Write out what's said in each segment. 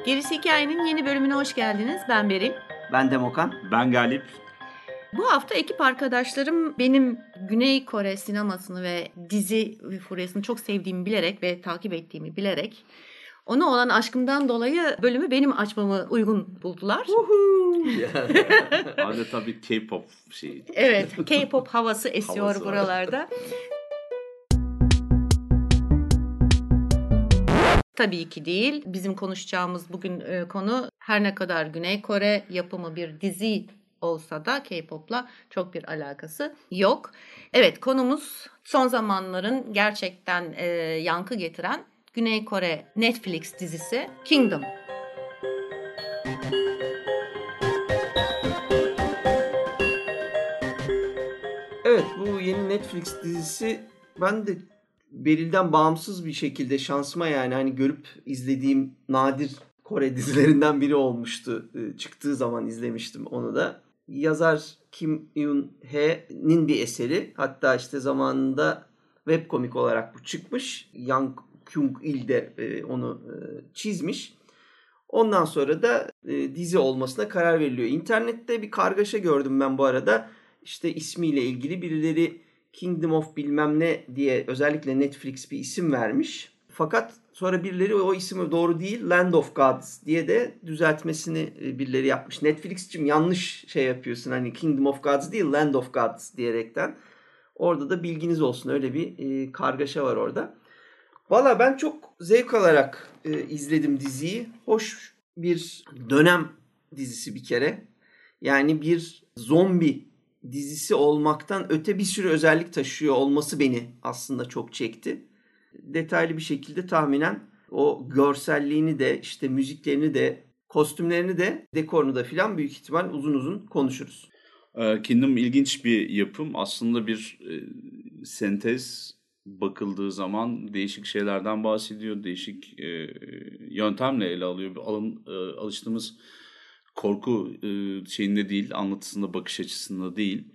Gerisi Hikayenin yeni bölümüne hoş geldiniz. Ben Beril. Ben Demokan. Ben Galip. Bu hafta ekip arkadaşlarım benim Güney Kore sinemasını ve dizi furyasını çok sevdiğimi bilerek ve takip ettiğimi bilerek ona olan aşkımdan dolayı bölümü benim açmamı uygun buldular. Adeta bir K-pop şeyi. Evet, K-pop havası esiyor havası buralarda. Tabii ki değil. Bizim konuşacağımız bugün konu her ne kadar Güney Kore yapımı bir dizi olsa da K-pop'la çok bir alakası yok. Evet, konumuz son zamanların gerçekten yankı getiren Güney Kore Netflix dizisi Kingdom. Evet, bu yeni Netflix dizisi ben de Beril'den bağımsız bir şekilde şansıma yani hani görüp izlediğim nadir Kore dizilerinden biri olmuştu. Çıktığı zaman izlemiştim onu da. Yazar Kim Eun-he'nin bir eseri. Hatta işte zamanında webkomik olarak bu çıkmış. Yang Kyung-il de onu çizmiş. Ondan sonra da dizi olmasına karar veriliyor. İnternette bir kargaşa gördüm ben bu arada. İşte ismiyle ilgili birileri Kingdom of bilmem ne diye özellikle Netflix bir isim vermiş. Fakat sonra birileri o ismi doğru değil, Land of Gods diye de düzeltmesini birileri yapmış. Netflix'cim yanlış şey yapıyorsun, hani Kingdom of Gods değil Land of Gods diyerekten. Orada da bilginiz olsun, öyle bir kargaşa var orada. Valla ben çok zevk alarak izledim diziyi. Hoş bir dönem dizisi bir kere. Yani bir zombi dizisi olmaktan öte bir sürü özellik taşıyor olması beni aslında çok çekti. Detaylı bir şekilde tahminen o görselliğini de işte müziklerini de kostümlerini de dekorunu da filan büyük ihtimal uzun uzun konuşuruz. Kingdom ilginç bir yapım. Aslında bir sentez, bakıldığı zaman değişik şeylerden bahsediyor. Değişik yöntemle ele alıyor. Alıştığımız korku şeyinde değil, anlatısında, bakış açısında değil.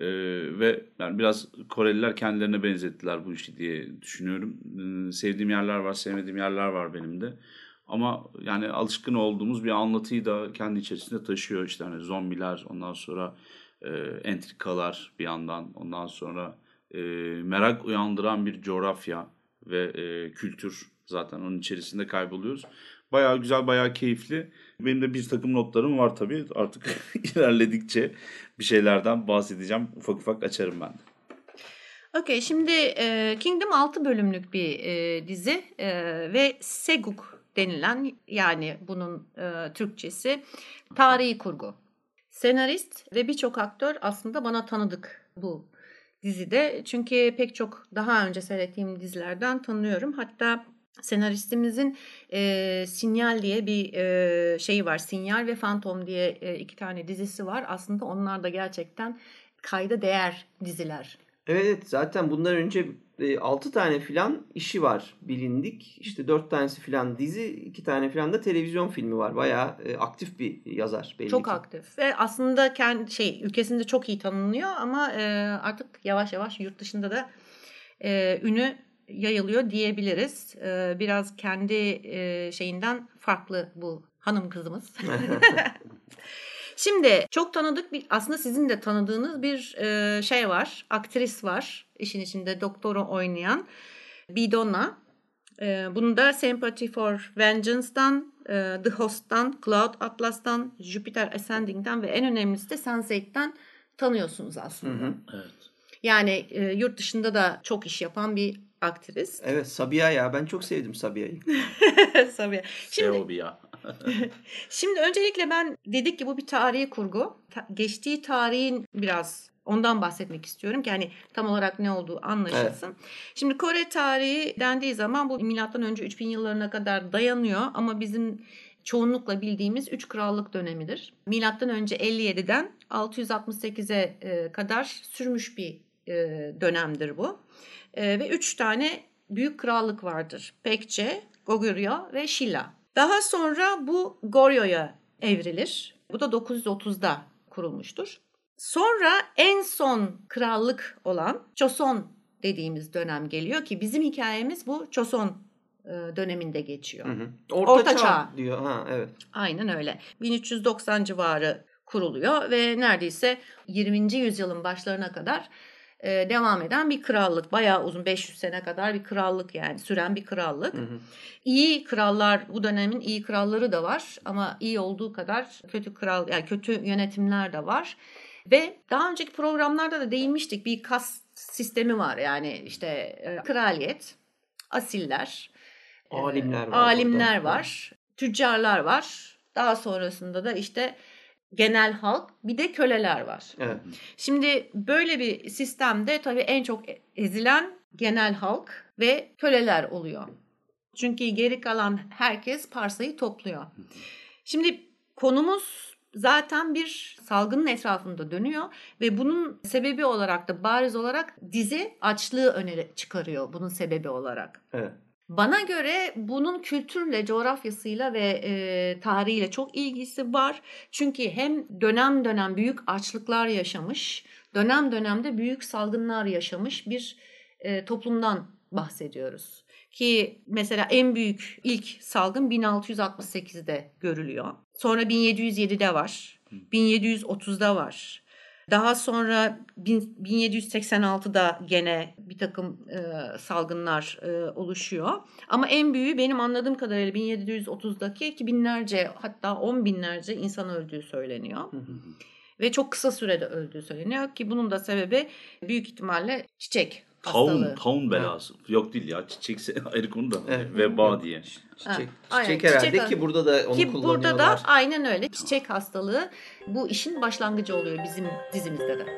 Ve yani biraz Koreliler kendilerine benzettiler bu işi diye düşünüyorum. Sevdiğim yerler var, sevmediğim yerler var benim de. Ama yani alışkın olduğumuz bir anlatıyı da kendi içerisinde taşıyor. İşte hani zombiler, ondan sonra entrikalar bir yandan, ondan sonra merak uyandıran bir coğrafya ve kültür, zaten onun içerisinde kayboluyoruz. Bayağı güzel, bayağı keyifli. Benim de bir takım notlarım var tabii. Artık ilerledikçe bir şeylerden bahsedeceğim. Ufak ufak açarım ben de. Okey, şimdi Kingdom 6 bölümlük bir dizi ve Seguk denilen, yani bunun Türkçesi tarihi kurgu. Senarist ve birçok aktör aslında bana tanıdık bu dizide. Çünkü pek çok daha önce seyrettiğim dizilerden tanıyorum. Hatta senaristimizin Sinyal diye bir şeyi var. Sinyal ve Phantom diye iki tane dizisi var. Aslında onlar da gerçekten kayda değer diziler. Evet, zaten bundan önce 6 tane filan işi var bilindik. İşte 4 tanesi filan dizi, 2 tane filan da televizyon filmi var. Bayağı aktif bir yazar belli çok ki. Aktif ve aslında ülkesinde çok iyi tanınıyor ama artık yavaş yavaş yurt dışında da ünü yayılıyor diyebiliriz. Biraz kendi şeyinden farklı bu hanım kızımız. Şimdi çok tanıdık aslında sizin de tanıdığınız bir şey var. Aktris var. İşin içinde doktoru oynayan Bidona. Bunu da Sympathy for Vengeance'dan, The Host'tan, Cloud Atlas'tan, Jupiter Ascending'den ve en önemlisi de Sense8'ten tanıyorsunuz aslında. Hı hı. Evet. Yani yurt dışında da çok iş yapan bir aktris. Evet, Sabiha ya. Ben çok sevdim Sabiha'yı. Sabiha. Şimdi öncelikle ben dedik ki bu bir tarihi kurgu. Geçtiği tarihin biraz ondan bahsetmek istiyorum ki hani tam olarak ne olduğu anlaşılsın. Evet. Şimdi Kore tarihi dendiği zaman bu milattan önce 3000 yıllarına kadar dayanıyor ama bizim çoğunlukla bildiğimiz 3 krallık dönemidir. Milattan önce 57'den 668'e kadar sürmüş bir dönemdir bu. Ve 3 tane büyük krallık vardır. Pekce, Goguryeo ve Shilla. Daha sonra bu Goryeo evrilir. Bu da 930'da kurulmuştur. Sonra en son krallık olan Joseon dediğimiz dönem geliyor ki bizim hikayemiz bu Joseon döneminde geçiyor. Hı hı. Orta Çağ diyor. Ha, evet. Aynen öyle. 1390 civarı kuruluyor ve neredeyse 20. yüzyılın başlarına kadar devam eden bir krallık. Bayağı uzun, 500 sene kadar bir krallık, yani süren bir krallık. Hı hı. İyi krallar, bu dönemin iyi kralları da var ama iyi olduğu kadar kötü yani kötü yönetimler de var. Ve daha önceki programlarda da değinmiştik, bir kast sistemi var. Yani işte kraliyet, asiller, alimler var, tüccarlar var. Daha sonrasında da işte genel halk, bir de köleler var. Evet. Şimdi böyle bir sistemde tabii en çok ezilen genel halk ve köleler oluyor. Çünkü geri kalan herkes parsayı topluyor. Şimdi konumuz zaten bir salgının etrafında dönüyor ve bunun sebebi olarak da bariz olarak dizi açlığı öne çıkarıyor bunun sebebi olarak. Evet. Bana göre bunun kültürle, coğrafyasıyla ve tarihiyle çok ilgisi var. Çünkü hem dönem dönem büyük açlıklar yaşamış, dönem dönemde büyük salgınlar yaşamış bir toplumdan bahsediyoruz. Ki mesela en büyük ilk salgın 1668'de görülüyor. Sonra 1707'de var, 1730'da var. Daha sonra 1786'da gene bir takım salgınlar oluşuyor. Ama en büyüğü benim anladığım kadarıyla 1730'daki ki binlerce, hatta 10 binlerce insan öldüğü söyleniyor. Ve çok kısa sürede öldüğü söyleniyor ki bunun da sebebi büyük ihtimalle çiçek hastalığı. Taun belası. Yok değil ya, çiçekse ayrı konu da. Evet. Veba diye. Çiçek herhalde ki burada da onu kullanıyorlar. Burada da aynen öyle. Çiçek hastalığı bu işin başlangıcı oluyor bizim dizimizde de.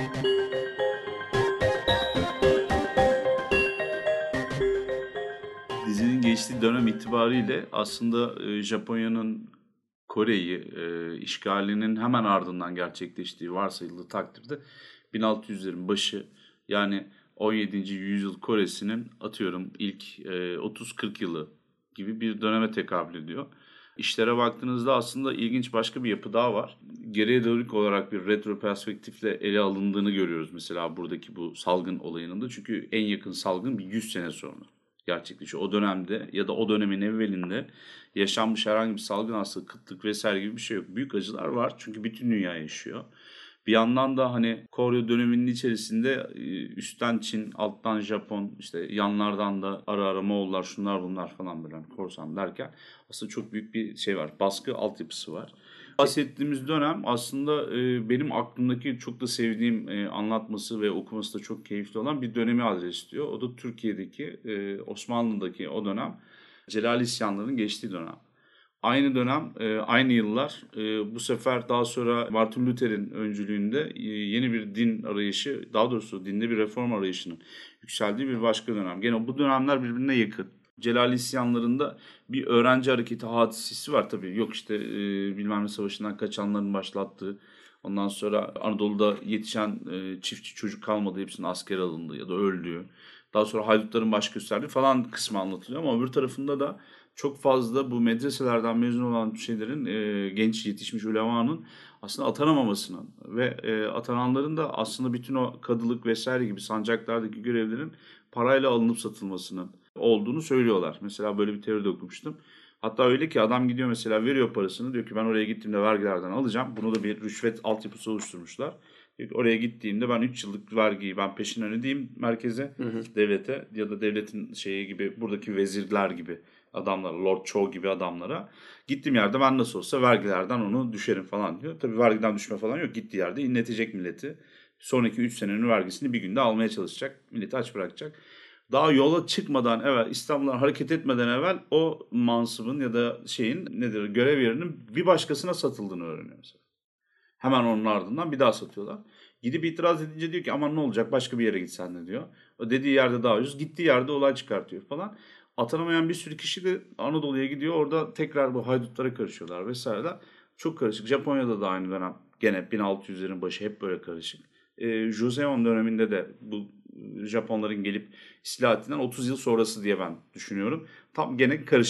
Dizinin geçtiği dönem itibariyle aslında Japonya'nın Kore'yi işgalinin hemen ardından gerçekleştiği varsayıldığı takdirde 1600'lerin başı, yani 17. yüzyıl Kore'sinin atıyorum ilk 30-40 yılı gibi bir döneme tekabül ediyor. İşlere baktığınızda aslında ilginç başka bir yapı daha var. Geriye dönük olarak bir retro perspektifle ele alındığını görüyoruz mesela buradaki bu salgın olayının da. Çünkü en yakın salgın bir 100 sene sonra gerçekleşiyor. O dönemde ya da o dönemin evvelinde yaşanmış herhangi bir salgın hastalık, kıtlık vesaire gibi bir şey yok. Büyük acılar var çünkü bütün dünya yaşıyor. Bir yandan da hani Koryo döneminin içerisinde üstten Çin, alttan Japon, işte yanlardan da ara ara Moğollar, şunlar bunlar falan böyle korsan derken aslında çok büyük bir şey var. Baskı altyapısı var. Bahsettiğimiz dönem aslında benim aklımdaki çok da sevdiğim, anlatması ve okuması da çok keyifli olan bir dönemi adresliyor. O da Türkiye'deki, Osmanlı'daki o dönem Celal isyanlarının geçtiği dönem. Aynı dönem, aynı yıllar bu sefer daha sonra Martin Luther'in öncülüğünde yeni bir din arayışı, daha doğrusu dinde bir reform arayışının yükseldiği bir başka dönem. Gene bu dönemler birbirine yakın. Celal isyanlarında bir öğrenci hareketi hadisesi var tabii. Yok işte bilmem ne savaşından kaçanların başlattığı, ondan sonra Anadolu'da yetişen çiftçi çocuk kalmadı, hepsinin asker alındığı ya da öldüğü. Daha sonra haydutların baş gösterdiği falan kısmı anlatılıyor ama öbür tarafında da çok fazla bu medreselerden mezun olan şeylerin, genç yetişmiş ulemanın aslında atanamamasının ve atananların da aslında bütün o kadılık vesaire gibi sancaklardaki görevlerin parayla alınıp satılmasının olduğunu söylüyorlar. Mesela böyle bir teori de okumuştum. Hatta öyle ki adam gidiyor mesela, veriyor parasını, diyor ki ben oraya gittiğimde vergilerden alacağım. Bunu da bir rüşvet altyapısı oluşturmuşlar. Diyor ki oraya gittiğimde ben 3 yıllık vergiyi ben peşin ödeyeyim merkeze, devlete ya da devletin şeyi gibi, buradaki vezirler gibi adamlara, Lord Chow gibi adamlara. Gittiğim yerde ben nasıl olsa vergilerden onu düşerim falan diyor. Tabii vergiden düşme falan yok. Gittiği yerde inletecek milleti. Sonraki 3 senenin vergisini bir günde almaya çalışacak. Milleti aç bırakacak. Daha yola çıkmadan evvel, İstanbul'dan hareket etmeden evvel o mansıbın ya da şeyin nedir, görev yerinin bir başkasına satıldığını öğreniyor mesela. Hemen onun ardından bir daha satıyorlar. Gidip itiraz edince diyor ki aman ne olacak, başka bir yere gitsen de diyor. O dediği yerde daha ucuz, gittiği yerde olay çıkartıyor falan. Atanamayan bir sürü kişi de Anadolu'ya gidiyor, orada tekrar bu haydutlara karışıyorlar vesaire. Çok karışık. Japonya'da da aynı dönem gene 1600'lerin başı hep böyle karışık. Joseon döneminde de bu Japonların gelip istila ettiğinden 30 yıl sonrası diye ben düşünüyorum. Tam gene karışık.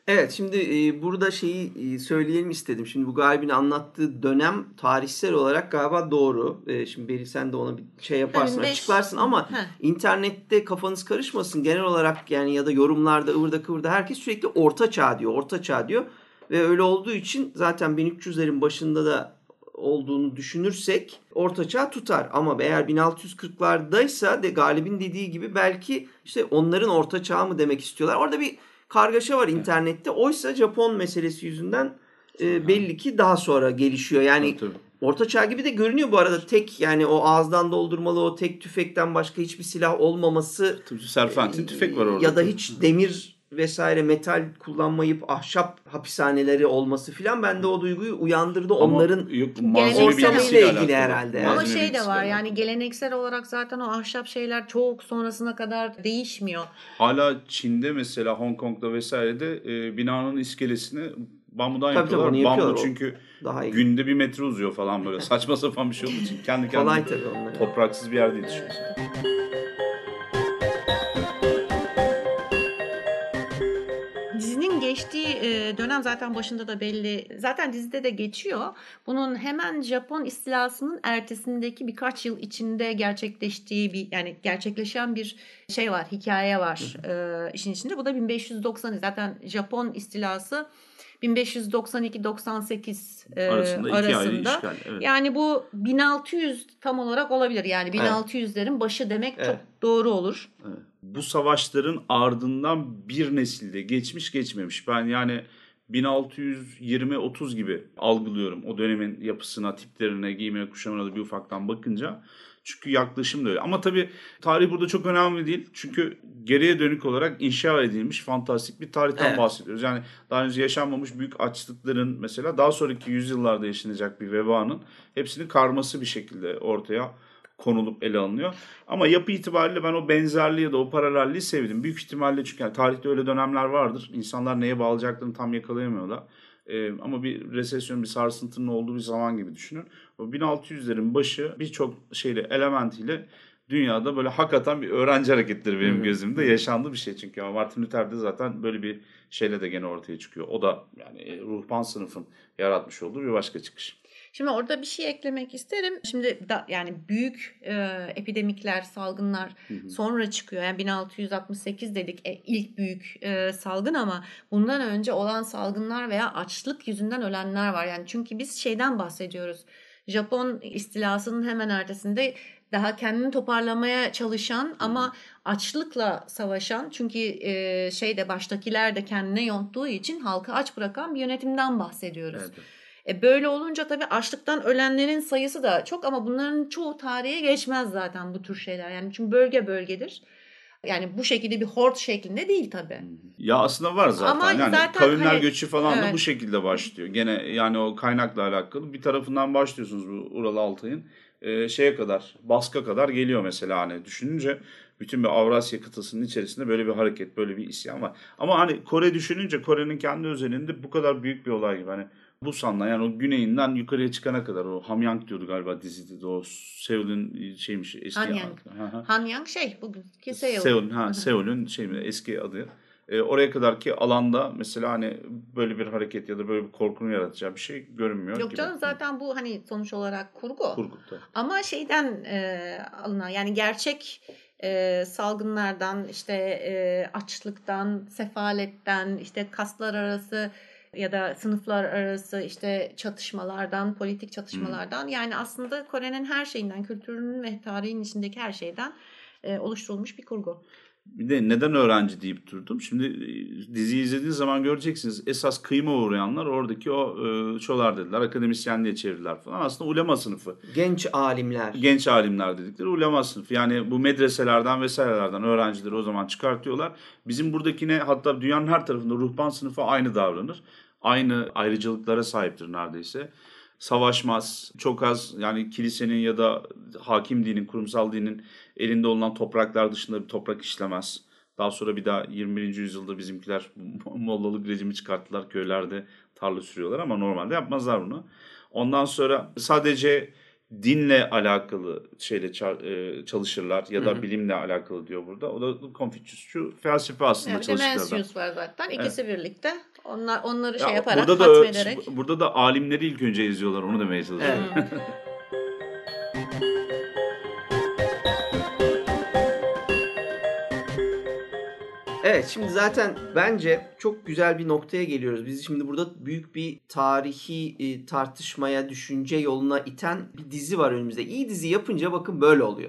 Evet, şimdi burada şeyi söyleyelim istedim. Şimdi bu Galip'in anlattığı dönem tarihsel olarak galiba doğru. Şimdi Beril sen de ona bir şey yaparsın, açıklarsın ama internette kafanız karışmasın. Genel olarak yani ya da yorumlarda ıvırda kıvırda herkes sürekli Orta Çağ diyor, Orta Çağ diyor. Ve öyle olduğu için zaten 1300'lerin başında da olduğunu düşünürsek Orta Çağ tutar. Ama eğer 1640'lardaysa de Galip'in dediği gibi belki işte onların Orta Çağı mı demek istiyorlar. Orada bir kargaşa var internette. Oysa Japon meselesi yüzünden belli ki daha sonra gelişiyor. Yani tabii. Orta Çağ gibi de görünüyor bu arada. Tek yani o ağızdan doldurmalı o tek tüfekten başka hiçbir silah olmaması. Tabii Serpentin tüfek var orada. Ya da hiç demir vesaire metal kullanmayıp ahşap hapishaneleri olması filan bende o duyguyu uyandırdı. Ama onların ortamıyla ilgili herhalde. Ama şey de var yani geleneksel olarak zaten o ahşap şeyler çok sonrasına kadar değişmiyor. Hala Çin'de mesela Hong Kong'da vesairede binanın iskelesini bambudan yapıyorlar. Bambu çünkü daha günde 1 metre uzuyor falan böyle. Saçma sapan bir şey olduğu için. Kendi kendine topraksız bir yerde yetişiyor. Geçtiği dönem zaten başında da belli. Zaten dizide de geçiyor. Bunun hemen Japon istilasının ertesindeki birkaç yıl içinde gerçekleştiği bir yani gerçekleşen bir şey var, hikaye var işin içinde. Bu da 1590. Zaten Japon istilası 1592-98 arasında. 2 ay işgal. Evet. Yani bu 1600 tam olarak olabilir. Yani 1600'lerin başı demek çok doğru olur. Evet. Bu savaşların ardından bir nesilde geçmiş geçmemiş. Ben yani 1620-30 gibi algılıyorum o dönemin yapısına, tiplerine, giyimine, kuşamına da bir ufaktan bakınca. Çünkü yaklaşım da öyle. Ama tabii tarih burada çok önemli değil. Çünkü geriye dönük olarak inşa edilmiş fantastik bir tarihten bahsediyoruz. Yani daha önce yaşanmamış büyük açlıkların mesela daha sonraki yüzyıllarda yaşanacak bir vebanın hepsinin karması bir şekilde ortaya konulup ele alınıyor. Ama yapı itibariyle ben o benzerliği ya da o paralelliği sevdim. Büyük ihtimalle çünkü yani tarihte öyle dönemler vardır. İnsanlar neye bağlayacaklarını tam yakalayamıyorlar. Ama bir resesyon, bir sarsıntının olduğu bir zaman gibi düşünün. O 1600'lerin başı birçok elementiyle dünyada böyle hakikaten bir öğrenci hareketleri benim gözümde yaşandı bir şey. Çünkü ama Martin Luther de zaten böyle bir şeyle de gene ortaya çıkıyor. O da yani ruhban sınıfın yaratmış olduğu bir başka çıkış. Şimdi orada bir şey eklemek isterim. Şimdi yani büyük epidemikler, salgınlar sonra çıkıyor. Yani 1668 dedik ilk büyük salgın ama bundan önce olan salgınlar veya açlık yüzünden ölenler var. Yani çünkü biz şeyden bahsediyoruz. Japon istilasının hemen ertesinde daha kendini toparlamaya çalışan ama açlıkla savaşan çünkü baştakiler de kendine yonttuğu için halkı aç bırakan bir yönetimden bahsediyoruz. Evet. Böyle olunca tabii açlıktan ölenlerin sayısı da çok ama bunların çoğu tarihe geçmez zaten bu tür şeyler. Yani çünkü bölge bölgedir. Yani bu şekilde bir hort şeklinde değil tabii. Ya aslında var zaten. Ama yani zaten kavimler göçü falan da bu şekilde başlıyor. Gene yani o kaynakla alakalı bir tarafından başlıyorsunuz bu Ural Altay'ın Bask'a kadar geliyor mesela hani düşününce bütün bir Avrasya kıtasının içerisinde böyle bir hareket, böyle bir isyan var. Ama hani Kore düşününce Kore'nin kendi özelinde bu kadar büyük bir olay gibi hani Busan'la yani o güneyinden yukarıya çıkana kadar o Hamyang diyordu galiba dizide de o Seul'ün eski Hanyang bugünkü Seul. Seul'ün eski adı. Oraya kadarki alanda mesela hani böyle bir hareket ya da böyle bir korkunun yaratacağı bir şey görünmüyor. Yok canım zaten bu hani sonuç olarak kurgu. Kurgu. Ama şeyden alınan yani gerçek salgınlardan açlıktan, sefaletten, kaslar arası ya da sınıflar arası çatışmalardan, politik çatışmalardan yani aslında Kore'nin her şeyinden, kültürünün ve tarihinin içindeki her şeyden oluşturulmuş bir kurgu. Bir de neden öğrenci deyip durdum. Şimdi diziyi izlediğiniz zaman göreceksiniz. Esas kıyıma uğrayanlar oradaki o çolar dediler. Akademisyenliğe çevirdiler falan. Aslında ulema sınıfı. Genç alimler. Genç alimler dedikleri ulema sınıfı. Yani bu medreselerden vesairelerden öğrencileri o zaman çıkartıyorlar. Bizim buradakine hatta dünyanın her tarafında ruhban sınıfı aynı davranır. Aynı ayrıcalıklara sahiptir neredeyse. Savaşmaz. Çok az yani kilisenin ya da hakim dinin, kurumsal dinin elinde olunan topraklar dışında bir toprak işlemez. Daha sonra bir daha 21. yüzyılda bizimkiler mollalık rejimi çıkarttılar. Köylerde tarla sürüyorlar ama normalde yapmazlar bunu. Ondan sonra sadece dinle alakalı çalışırlar ya da bilimle alakalı diyor burada. O da Konfüçyüsçü felsefe aslında çalışırlar. Mencius var zaten. İkisi birlikte Onları Ya yaparak, burada da hatmederek. burada da alimleri ilk önce izliyorlar. Onu demeye çalışıyorum. Evet. Evet, şimdi zaten bence çok güzel bir noktaya geliyoruz. Biz şimdi burada büyük bir tarihi tartışmaya, düşünce yoluna iten bir dizi var önümüzde. İyi dizi yapınca bakın böyle oluyor.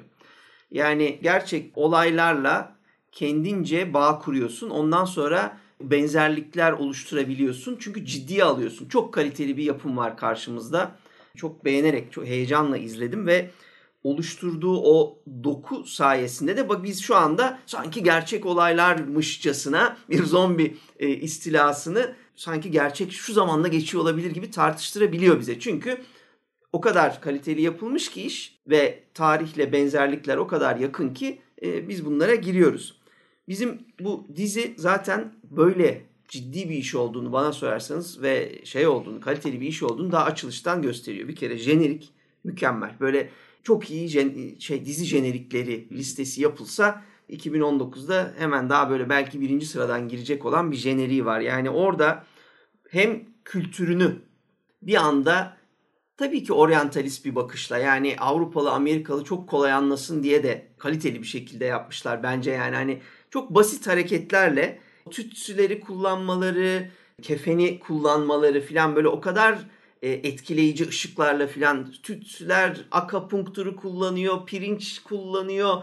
Yani gerçek olaylarla kendince bağ kuruyorsun. Ondan sonra benzerlikler oluşturabiliyorsun. Çünkü ciddiye alıyorsun. Çok kaliteli bir yapım var karşımızda. Çok beğenerek, çok heyecanla izledim ve oluşturduğu o doku sayesinde de bak biz şu anda sanki gerçek olaylarmışçasına bir zombi istilasını sanki gerçek şu zamanda geçiyor olabilir gibi tartıştırabiliyor bize. Çünkü o kadar kaliteli yapılmış ki iş ve tarihle benzerlikler o kadar yakın ki biz bunlara giriyoruz. Bizim bu dizi zaten böyle ciddi bir iş olduğunu bana sorarsanız ve olduğunu, kaliteli bir iş olduğunu daha açılıştan gösteriyor. Bir kere jenerik mükemmel. Böyle çok iyi dizi jenerikleri listesi yapılsa 2019'da hemen daha böyle belki birinci sıradan girecek olan bir jeneriği var. Yani orada hem kültürünü bir anda tabii ki oryantalist bir bakışla yani Avrupalı, Amerikalı çok kolay anlasın diye de kaliteli bir şekilde yapmışlar bence yani hani çok basit hareketlerle tütsüleri kullanmaları, kefeni kullanmaları filan böyle o kadar etkileyici ışıklarla filan tütsüler akupunkturu kullanıyor, pirinç kullanıyor,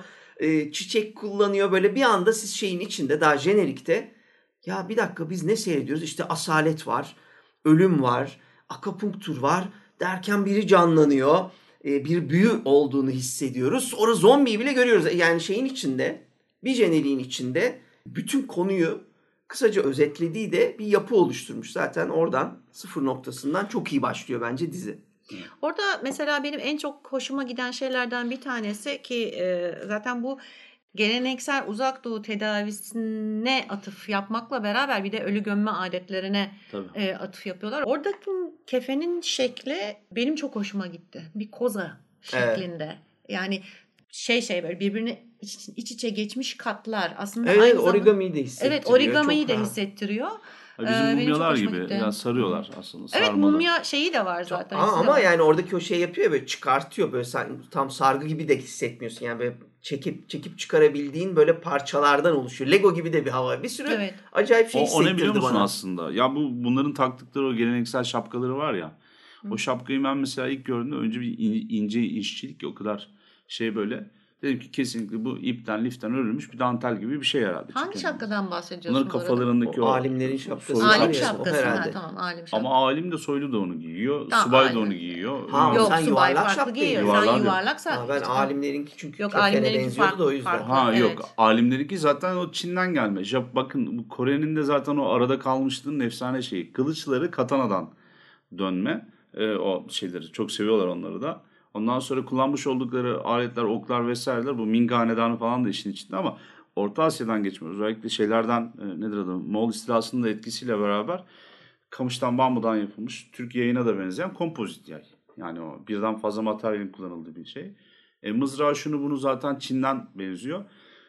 çiçek kullanıyor böyle bir anda siz şeyin içinde daha jenerikte ya bir dakika biz ne seyrediyoruz işte asalet var, ölüm var, akupunktur var derken biri canlanıyor. Bir büyü olduğunu hissediyoruz. Sonra zombiyi bile görüyoruz. Yani şeyin içinde, bir jeneriğin içinde bütün konuyu kısaca özetlediği de bir yapı oluşturmuş. Zaten oradan sıfır noktasından çok iyi başlıyor bence dizi. Orada mesela benim en çok hoşuma giden şeylerden bir tanesi ki zaten bu geleneksel uzak doğu tedavisine atıf yapmakla beraber bir de ölü gömme adetlerine atıf yapıyorlar. Oradaki kefenin şekli benim çok hoşuma gitti. Bir koza şeklinde. Evet. Yani böyle birbirine iç içe geçmiş katlar. Aslında evet, aynı origamiyi de hissettiriyor. Evet, origamiyi de hissettiriyor. Bizim mumyalar gibi. Yani sarıyorlar aslında. Evet, sarmalı. mumya şeyi de var zaten. Ama yani oradaki o yapıyor böyle çıkartıyor böyle tam sargı gibi de hissetmiyorsun. Yani böyle çekip çıkarabildiğin böyle parçalardan oluşuyor. Lego gibi de bir hava. Bir sürü acayip şey hissettirdi bana. O ne biliyor musun aslında? Ya bunların taktıkları o geleneksel şapkaları var ya. O şapkayı ben mesela ilk gördüğümde önce bir ince işçilik o kadar böyle. Dedim ki kesinlikle bu ipten liften örülmüş bir dantel gibi bir şey herhalde. Hangi şapkadan bahsediyorsun? Bunların kafalarındaki o alimlerin şapkası. Alim şapkası. Herhalde. Tamam, alim şapkası. Ama alim de soylu da onu giyiyor. Subay da onu giyiyor. Yok, sen yuvarlak şapka giyiyor. Sen yuvarlaksan. Ben alimlerinki çünkü kefene benziyordu da o yüzden. Farklı, yok. Alimlerinki zaten o Çin'den gelme. Bakın Kore'nin de zaten o arada kalmışlığının efsane şeyi. Kılıçları katanadan dönme. O şeyleri çok seviyorlar onları da. Ondan sonra kullanmış oldukları aletler, oklar vesaireler bu Ming hanedanı falan da işin içinde ama Orta Asya'dan geçme. Özellikle şeylerden nedir adı? Moğol istilasının da etkisiyle beraber kamıştan bambudan yapılmış Türk yayına da benzeyen kompozit yay. Yani o birden fazla materyalin kullanıldığı bir şey. Mızrağı şunu bunu zaten Çin'den benziyor.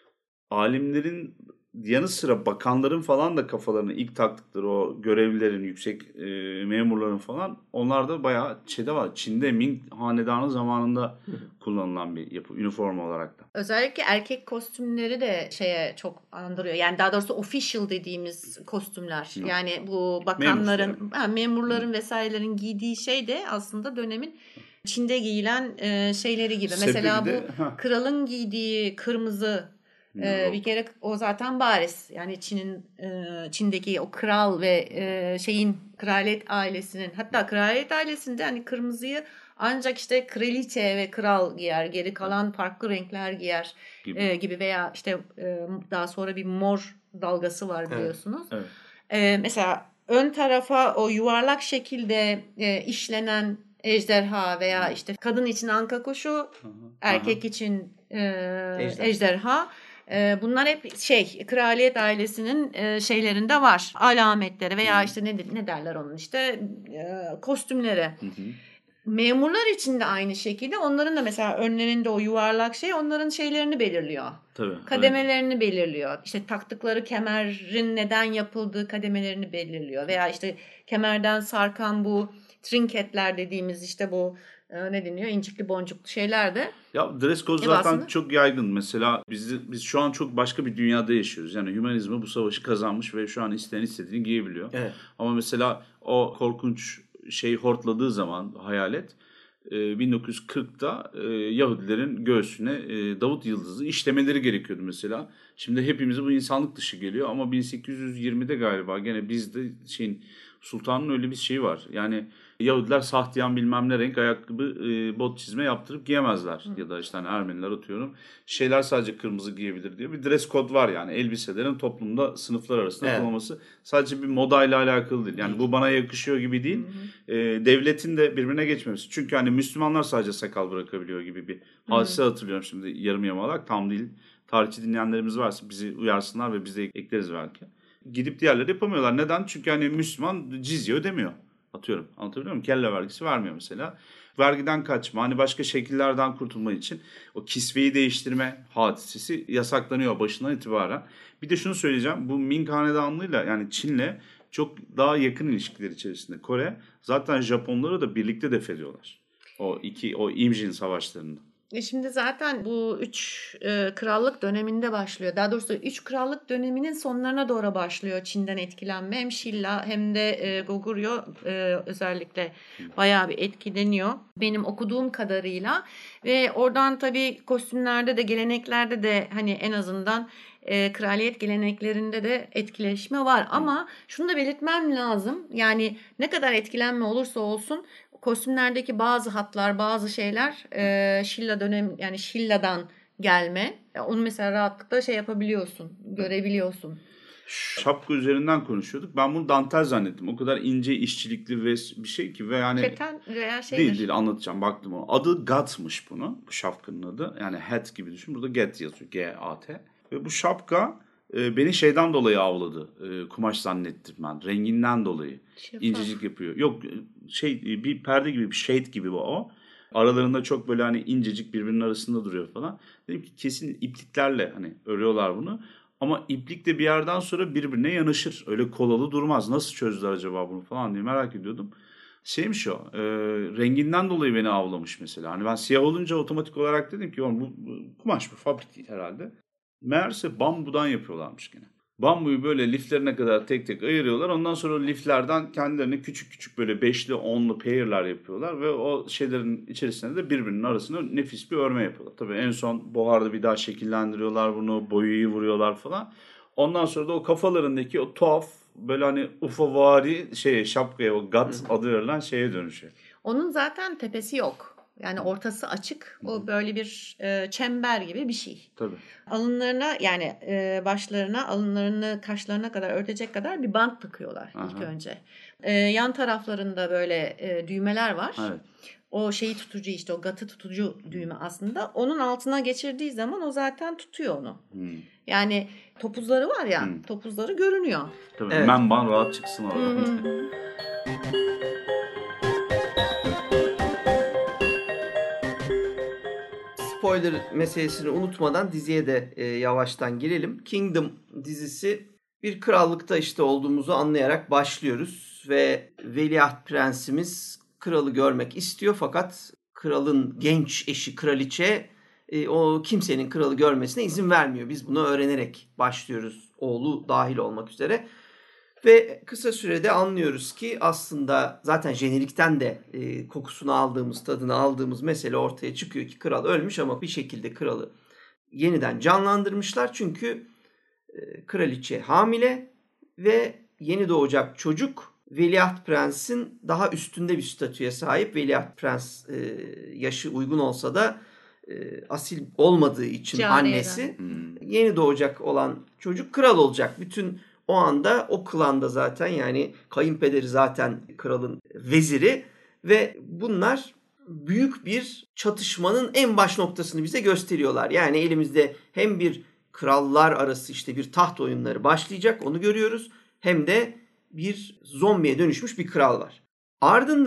Alimlerin yanı sıra bakanların falan da kafalarını ilk taktıkları o görevlilerin, yüksek memurların falan onlar da bayağı var. Çin'de Ming hanedanı zamanında kullanılan bir yapı, üniforma olarak da. Özellikle erkek kostümleri de çok andırıyor. Yani daha doğrusu official dediğimiz kostümler. Yani bu bakanların, memurların vesairelerin giydiği şey de aslında dönemin Çin'de giyilen şeyleri gibi. Mesela bu kralın giydiği kırmızı bir kere o zaten bariz. Yani Çin'deki o kral ve kraliyet ailesinin hatta kraliyet ailesinde hani kırmızıyı ancak kraliçe ve kral giyer. Geri kalan farklı renkler giyer gibi veya daha sonra bir mor dalgası var biliyorsunuz. Evet. Mesela ön tarafa o yuvarlak şekilde işlenen ejderha veya kadın için anka kuşu, erkek için ejderha. Bunlar hep kraliyet ailesinin şeylerinde var. Alametleri veya ne derler onun kostümleri. Memurlar için de aynı şekilde onların da mesela önlerinde o yuvarlak şey onların şeylerini belirliyor. Tabii. Kademelerini belirliyor. İşte taktıkları kemerin neden yapıldığı kademelerini belirliyor. Veya işte kemerden sarkan bu trinketler dediğimiz işte bu ne deniyor? İncikli boncuklu şeyler de. Ya dress code zaten çok yaygın. Mesela biz şu an çok başka bir dünyada yaşıyoruz. Yani hümanizmi bu savaşı kazanmış ve şu an isteyen istediğini giyebiliyor. Evet. Ama mesela o korkunç şey hortladığı zaman hayalet 1940'da Yahudilerin göğsüne Davut yıldızı işlemeleri gerekiyordu mesela. Şimdi hepimize bu insanlık dışı geliyor ama 1820'de galiba gene bizde sultanın öyle bir şeyi var. Yani Yahudiler sahtiyan bilmem ne renk ayakkabı, bot çizme yaptırıp giyemezler. Ya da işte hani Ermeniler atıyorum. Şeyler sadece kırmızı giyebilir diye bir dress code var yani. Elbiselerin toplumda sınıflar arasında kullanılması sadece bir modayla alakalı değil. Yani bu bana yakışıyor gibi değil. Devletin de birbirine geçmemesi. Çünkü hani Müslümanlar sadece sakal bırakabiliyor gibi bir hadise hatırlıyorum şimdi yarım yamalak. Tam değil. Tarihçi dinleyenlerimiz varsa bizi uyarsınlar ve biz de ekleriz belki. Gidip diğerleri yapamıyorlar. Neden? Çünkü hani Müslüman cizye ödemiyor. Atıyorum. Anlatabiliyor muyum? Kelle vergisi vermiyor mesela. Vergiden kaçma, hani başka şekillerden kurtulma için o kisveyi değiştirme hadisesi yasaklanıyor başından itibaren. Bir de şunu söyleyeceğim. Bu Ming Hanedanlığı'yla yani Çin'le çok daha yakın ilişkiler içerisinde. Kore zaten Japonları da birlikte def ediyorlar. O Imjin savaşlarında. Şimdi zaten bu 3 krallık döneminde başlıyor. Daha doğrusu 3 krallık döneminin sonlarına doğru başlıyor Çin'den etkilenme. Hem Şilla hem de Goguryeo özellikle bayağı bir etkileniyor. Benim okuduğum kadarıyla ve oradan tabii kostümlerde de geleneklerde de hani en azından kraliyet geleneklerinde de etkileşme var. Ama şunu da belirtmem lazım. Yani ne kadar etkilenme olursa olsun kostümlerdeki bazı hatlar, bazı şeyler Şilla dönem yani Şilla'dan gelme. Onu mesela rahatlıkla yapabiliyorsun, görebiliyorsun. Şapka üzerinden konuşuyorduk. Ben bunu dantel zannettim. O kadar ince işçilikli ve bir şey ki ve yani Keten veya şeydir. Değil anlatacağım baktım o. Adı Gat'mış bunu. Bu şapkanın adı. Yani hat gibi düşün. Burada Gat yazıyor. G-A-T. Ve bu şapka beni şeyden dolayı avladı. Kumaş zannettim ben. Renginden dolayı. İncecik yapıyor. Yok bir perde gibi bir shade gibi bu o. Aralarında çok böyle hani incecik birbirinin arasında duruyor falan. Dedim ki kesin ipliklerle hani örüyorlar bunu. Ama iplik de bir yerden sonra birbirine yanaşır. Öyle kolalı durmaz. Nasıl çözdüler acaba bunu falan diye merak ediyordum. Şeymiş o, renginden dolayı beni avlamış mesela. Hani ben siyah olunca otomatik olarak dedim ki bu kumaş bu fabrik değil herhalde. Meğerse bambudan yapıyorlarmış gene. Bambuyu böyle liflerine kadar tek tek ayırıyorlar. Ondan sonra o liflerden kendilerine küçük küçük böyle 5'li 10'lu pair'ler yapıyorlar. Ve o şeylerin içerisinde de birbirinin arasında nefis bir örme yapıyorlar. Tabii en son buharda bir daha şekillendiriyorlar bunu. Boyayı vuruyorlar falan. Ondan sonra da o kafalarındaki o tuhaf böyle hani ufavari şapkaya o Gat adı verilen şeye dönüşüyor. Onun zaten tepesi yok. Yani ortası açık. O böyle bir çember gibi bir şey. Tabii. Alınlarına yani başlarına, alınlarını kaşlarına kadar örtecek kadar bir bant takıyorlar ilk önce. Yan taraflarında böyle düğmeler var. Evet. O şeyi tutucu işte o gatı tutucu düğme aslında. Onun altına geçirdiği zaman o zaten tutuyor onu. Yani topuzları var ya topuzları görünüyor. Tabii evet. Memban rahat çıksın orada. Spoiler meselesini unutmadan diziye de yavaştan girelim. Kingdom dizisi bir krallıkta işte olduğumuzu anlayarak başlıyoruz. Ve Veliaht Prensimiz kralı görmek istiyor fakat kralın genç eşi kraliçe o kimsenin kralı görmesine izin vermiyor. Biz bunu öğrenerek başlıyoruz oğlu dahil olmak üzere. Ve kısa sürede anlıyoruz ki aslında zaten jenerikten de kokusunu aldığımız, tadını aldığımız mesele ortaya çıkıyor ki kral ölmüş ama bir şekilde kralı yeniden canlandırmışlar. Çünkü kraliçe hamile ve yeni doğacak çocuk Veliaht Prens'in daha üstünde bir statüye sahip. Veliaht Prens yaşı uygun olsa da asil olmadığı için annesi yeni doğacak olan çocuk kral olacak. Bütün o anda o klanda zaten yani kayınpederi zaten kralın veziri ve bunlar büyük bir çatışmanın en baş noktasını bize gösteriyorlar. Yani elimizde hem bir krallar arası işte bir taht oyunları başlayacak onu görüyoruz hem de bir zombiye dönüşmüş bir kral var. Ardından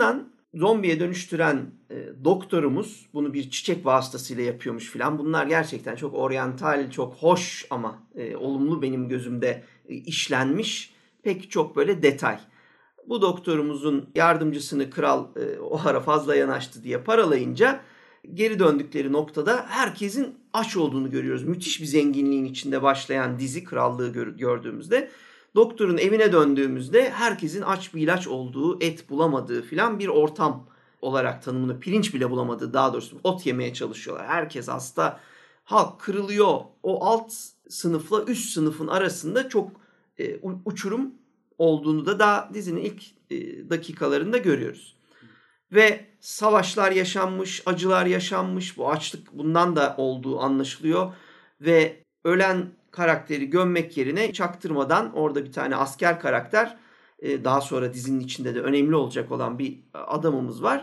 zombiye dönüştüren doktorumuz bunu bir çiçek vasıtasıyla yapıyormuş filan. Bunlar gerçekten çok oryantal, çok hoş ama olumlu benim gözümde işlenmiş pek çok böyle detay. Bu doktorumuzun yardımcısını kral o ara fazla yanaştı diye paralayınca geri döndükleri noktada herkesin aç olduğunu görüyoruz. Müthiş bir zenginliğin içinde başlayan dizi krallığı gördüğümüzde doktorun evine döndüğümüzde herkesin aç bir ilaç olduğu, et bulamadığı filan bir ortam olarak tanımını, pirinç bile bulamadığı, daha doğrusu ot yemeye çalışıyorlar. Herkes hasta, halk kırılıyor. O alt sınıfla üst sınıfın arasında çok uçurum olduğunu da daha dizinin ilk dakikalarında görüyoruz. Ve savaşlar yaşanmış, acılar yaşanmış. Bu açlık bundan da olduğu anlaşılıyor. Ve ölen karakteri gömmek yerine çaktırmadan orada bir tane asker karakter, daha sonra dizinin içinde de önemli olacak olan bir adamımız var.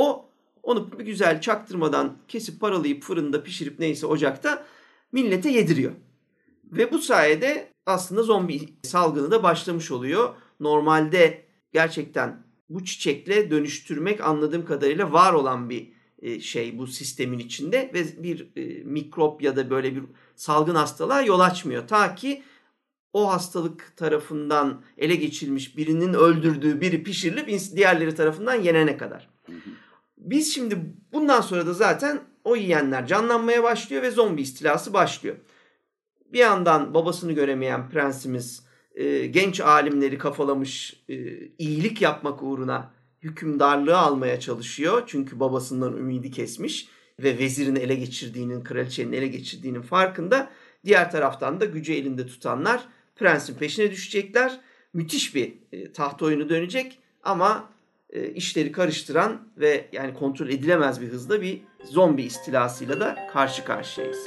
Onu bir güzel çaktırmadan kesip paralayıp fırında pişirip neyse ocakta millete yediriyor. Ve bu sayede aslında zombi salgını da başlamış oluyor. Normalde gerçekten bu çiçekle dönüştürmek anladığım kadarıyla var olan bir şey bu sistemin içinde ve bir mikrop ya da böyle bir salgın hastalığa yol açmıyor. Ta ki o hastalık tarafından ele geçirilmiş birinin öldürdüğü biri pişirilip diğerleri tarafından yenene kadar. Biz şimdi bundan sonra da zaten o yiyenler canlanmaya başlıyor ve zombi istilası başlıyor. Bir yandan babasını göremeyen prensimiz genç alimleri kafalamış, iyilik yapmak uğruna hükümdarlığı almaya çalışıyor. Çünkü babasından ümidi kesmiş ve vezirini ele geçirdiğinin, kraliçenin ele geçirdiğinin farkında. Diğer taraftan da gücü elinde tutanlar prensin peşine düşecekler. Müthiş bir taht oyunu dönecek ama işleri karıştıran ve yani kontrol edilemez bir hızda bir zombi istilasıyla da karşı karşıyayız.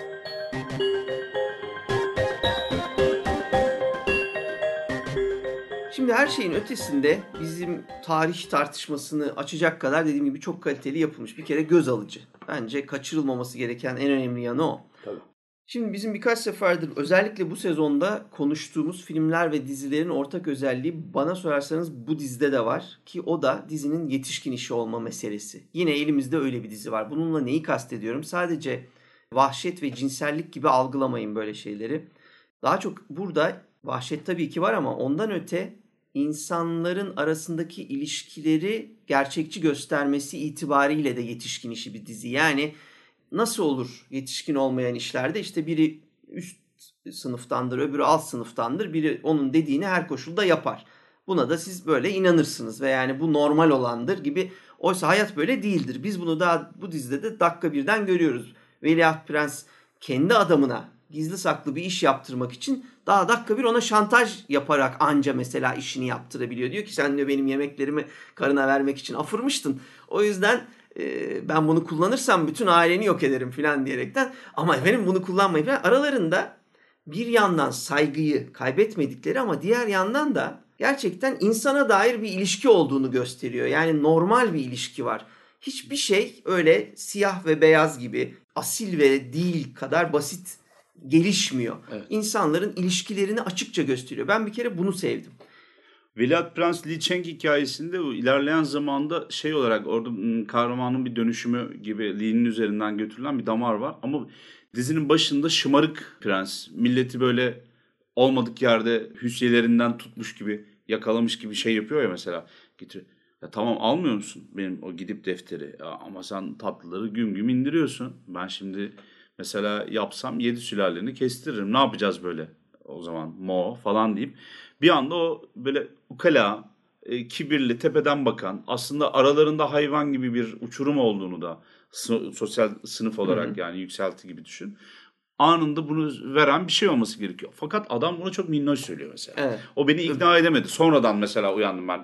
Şimdi her şeyin ötesinde bizim tarih tartışmasını açacak kadar dediğim gibi çok kaliteli yapılmış. Bir kere göz alıcı. Bence kaçırılmaması gereken en önemli yanı o. Tabii. Şimdi bizim birkaç seferdir özellikle bu sezonda konuştuğumuz filmler ve dizilerin ortak özelliği bana sorarsanız bu dizide de var. Ki o da dizinin yetişkin işi olma meselesi. Yine elimizde öyle bir dizi var. Bununla neyi kastediyorum? Sadece vahşet ve cinsellik gibi algılamayın böyle şeyleri. Daha çok burada vahşet tabii ki var ama ondan öte insanların arasındaki ilişkileri gerçekçi göstermesi itibariyle de yetişkin işi bir dizi. Yani nasıl olur yetişkin olmayan işlerde? İşte biri üst sınıftandır, öbürü alt sınıftandır. Biri onun dediğini her koşulda yapar. Buna da siz böyle inanırsınız ve yani bu normal olandır gibi. Oysa hayat böyle değildir. Biz bunu daha bu dizide de dakika birden görüyoruz. Veliaht Prens kendi adamına gizli saklı bir iş yaptırmak için daha dakika bir ona şantaj yaparak anca mesela işini yaptırabiliyor. Diyor ki sen diyor benim yemeklerimi karına vermek için afırmıştın. O yüzden ben bunu kullanırsam bütün aileni yok ederim falan diyerekten. Ama efendim bunu kullanmayın falan. Aralarında bir yandan saygıyı kaybetmedikleri ama diğer yandan da gerçekten insana dair bir ilişki olduğunu gösteriyor. Yani normal bir ilişki var. Hiçbir şey öyle siyah ve beyaz gibi asil ve değil kadar basit gelişmiyor. Evet. İnsanların ilişkilerini açıkça gösteriyor. Ben bir kere bunu sevdim. Veliaht Prens Li Cheng hikayesinde o ilerleyen zamanda şey olarak orada kahramanın bir dönüşümü gibi Li'nin üzerinden götürülen bir damar var. Ama dizinin başında şımarık prens milleti böyle olmadık yerde hüsyelerinden tutmuş gibi yakalamış gibi şey yapıyor ya mesela. Getiriyor. Ya tamam almıyor musun benim o gidip defteri ya, ama sen tatlıları güm güm indiriyorsun. Ben şimdi mesela yapsam 7 sülaleni kestiririm. Ne yapacağız böyle o zaman Mo falan deyip bir anda o böyle ukala, kibirli, tepeden bakan aslında aralarında hayvan gibi bir uçurum olduğunu da sosyal sınıf olarak yani yükselti gibi düşün. Anında bunu veren bir şey olması gerekiyor. Fakat adam bunu çok minnoş söylüyor mesela. Evet. O beni ikna edemedi. Sonradan mesela uyandım ben.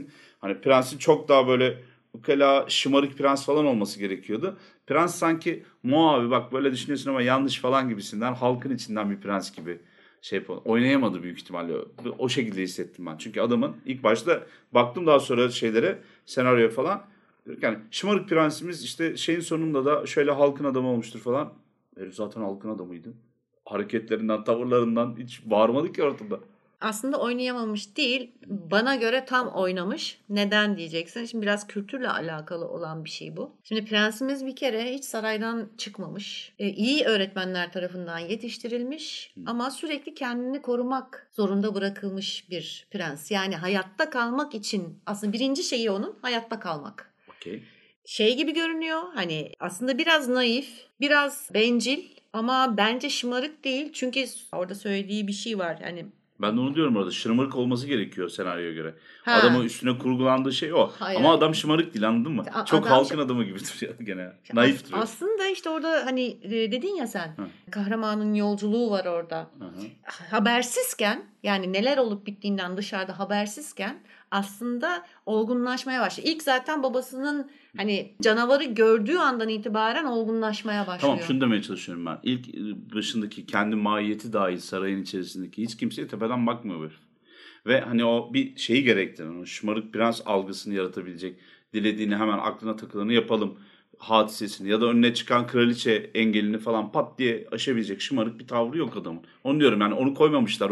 Prensin çok daha böyle ukala, şımarık prens falan olması gerekiyordu. Prens sanki Mo abi bak böyle düşünüyorsun ama yanlış falan gibisinden halkın içinden bir prens gibi oynayamadı büyük ihtimalle. O şekilde hissettim ben. Çünkü adamın ilk başta baktım daha sonra şeylere, senaryoya falan. Yani şımarık prensimiz işte şeyin sonunda da şöyle halkın adamı olmuştur falan. Herif zaten halkın adamıydı. Hareketlerinden, tavırlarından hiç bağırmadı ki ortada. Aslında oynayamamış değil. Bana göre tam oynamış. Neden diyeceksin? Şimdi biraz kültürle alakalı olan bir şey bu. Şimdi prensimiz bir kere hiç saraydan çıkmamış. İyi öğretmenler tarafından yetiştirilmiş ama sürekli kendini korumak zorunda bırakılmış bir prens. Yani hayatta kalmak için aslında birinci şeyi onun hayatta kalmak. Okay. Şey gibi görünüyor, hani aslında biraz naif, biraz bencil ama bence şımarık değil. Çünkü orada söylediği bir şey var. Yani Ben de onu diyorum orada. Şımarık olması gerekiyor senaryoya göre. Ha. Adamın üstüne kurgulandığı şey o. Hayır. Ama adam şımarık değil, anladın mı? Çok Adam halkın adamı gibi duruyor gene. Naif duruyor. Aslında işte orada hani dedin ya sen, kahramanın yolculuğu var orada. Habersizken, yani neler olup bittiğinden dışarıda habersizken aslında olgunlaşmaya başlıyor. İlk zaten babasının hani canavarı gördüğü andan itibaren olgunlaşmaya başlıyor. Tamam, şunu demeye çalışıyorum ben. İlk başındaki kendi mahiyeti dahil sarayın içerisindeki hiç kimseye tepeden bakmıyor bu herif. Ve hani o bir şeyi gerektiren, o şımarık prens algısını yaratabilecek, dilediğini hemen aklına takılanı yapalım hadisesini ya da önüne çıkan kraliçe engelini falan pat diye aşabilecek şımarık bir tavrı yok adamın. Onu diyorum, yani onu koymamışlar,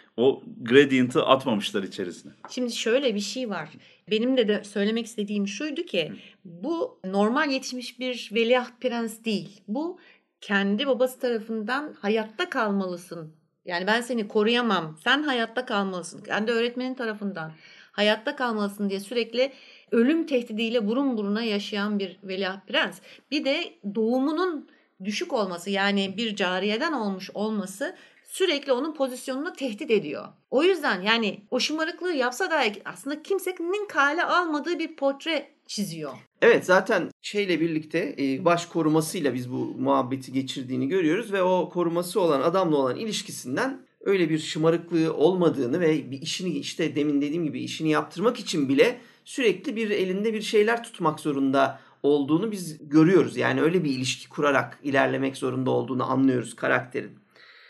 o gradient'ı atmamışlar içerisine. Şimdi şöyle bir şey var. Benim de söylemek istediğim şuydu ki bu normal yetişmiş bir veliaht prens değil. Bu kendi babası tarafından hayatta kalmalısın. Yani ben seni koruyamam. Sen hayatta kalmalısın. Kendi öğretmenin tarafından hayatta kalmalısın diye sürekli ölüm tehdidiyle burun buruna yaşayan bir veliaht prens. Bir de doğumunun düşük olması, yani bir cariyeden olmuş olması sürekli onun pozisyonunu tehdit ediyor. O yüzden yani o şımarıklığı yapsa da aslında kimsenin kale almadığı bir portre çiziyor. Evet, zaten şeyle birlikte baş korumasıyla biz bu muhabbeti geçirdiğini görüyoruz ve o koruması olan adamla olan ilişkisinden öyle bir şımarıklığı olmadığını ve bir işini, işte demin dediğim gibi, işini yaptırmak için bile sürekli bir elinde bir şeyler tutmak zorunda olduğunu biz görüyoruz. Yani öyle bir ilişki kurarak ilerlemek zorunda olduğunu anlıyoruz karakterin.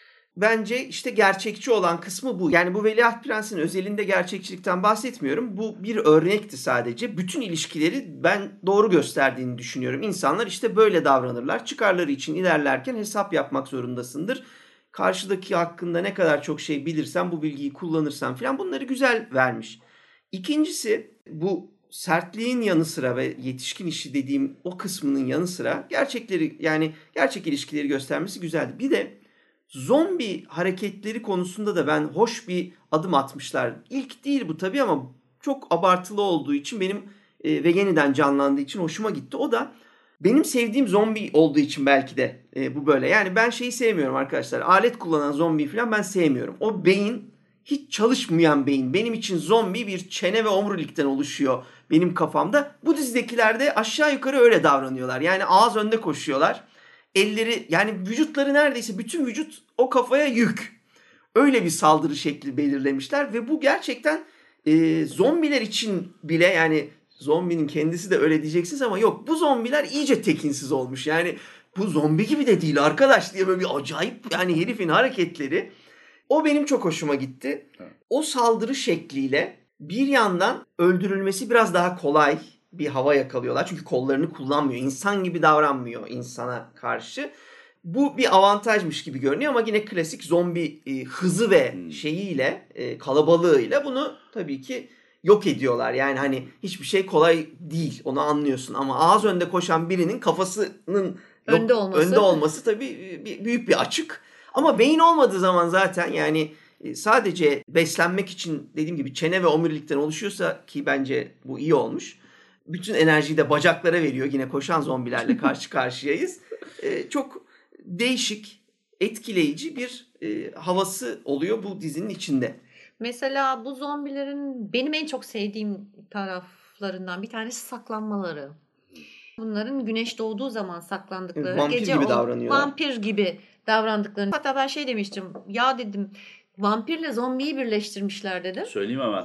Bence işte gerçekçi olan kısmı bu. Yani bu Veliaht Prens'in özelinde gerçekçilikten bahsetmiyorum. Bu bir örnekti sadece. Bütün ilişkileri ben doğru gösterdiğini düşünüyorum. İnsanlar işte böyle davranırlar. Çıkarları için ilerlerken hesap yapmak zorundasındır. Karşıdaki hakkında ne kadar çok şey bilirsen, bu bilgiyi kullanırsan falan, bunları güzel vermiş. İkincisi, bu sertliğin yanı sıra ve yetişkin işi dediğim o kısmının yanı sıra gerçekleri, yani gerçek ilişkileri göstermesi güzeldi. Bir de zombi hareketleri konusunda da ben hoş bir adım atmışlar. İlk değil bu tabii ama çok abartılı olduğu için benim ve yeniden canlandığı için hoşuma gitti. O da benim sevdiğim zombi olduğu için belki de bu böyle. Yani ben şeyi sevmiyorum arkadaşlar. Alet kullanan zombi falan ben sevmiyorum. O beyin hiç çalışmayan beyin. Benim için zombi bir çene ve omurilikten oluşuyor benim kafamda. Bu dizidekiler de aşağı yukarı öyle davranıyorlar. Yani ağız önde koşuyorlar. Elleri, yani vücutları neredeyse bütün vücut o kafaya yük. Öyle bir saldırı şekli belirlemişler ve bu gerçekten zombiler için bile, yani zombinin kendisi de öyle diyeceksiniz ama yok, bu zombiler iyice tekinsiz olmuş. Yani bu zombi gibi de değil arkadaş diye böyle bir acayip, yani herifin hareketleri, o benim çok hoşuma gitti. O saldırı şekliyle bir yandan öldürülmesi biraz daha kolay bir hava yakalıyorlar. Çünkü kollarını kullanmıyor. İnsan gibi davranmıyor insana karşı. Bu bir avantajmış gibi görünüyor ama yine klasik zombi hızı ve şeyiyle, kalabalığıyla bunu tabii ki yok ediyorlar. Yani hani hiçbir şey kolay değil, onu anlıyorsun ama ağız önde koşan birinin kafasının önde olması tabii büyük bir açık. Ama beyin olmadığı zaman zaten, yani sadece beslenmek için dediğim gibi çene ve omurilikten oluşuyorsa, ki bence bu iyi olmuş. Bütün enerjiyi de bacaklara veriyor. Yine koşan zombilerle karşı karşıyayız. Çok değişik, etkileyici bir havası oluyor bu dizinin içinde. Mesela bu zombilerin benim en çok sevdiğim taraflarından bir tanesi saklanmaları. Bunların güneş doğduğu zaman saklandıkları, vampir gece gibi davranıyorlar. Vampir gibi davrandıklarını. Hatta ben şey demiştim. Ya dedim, vampirle zombiyi birleştirmişler dedim. Söyleyeyim hemen.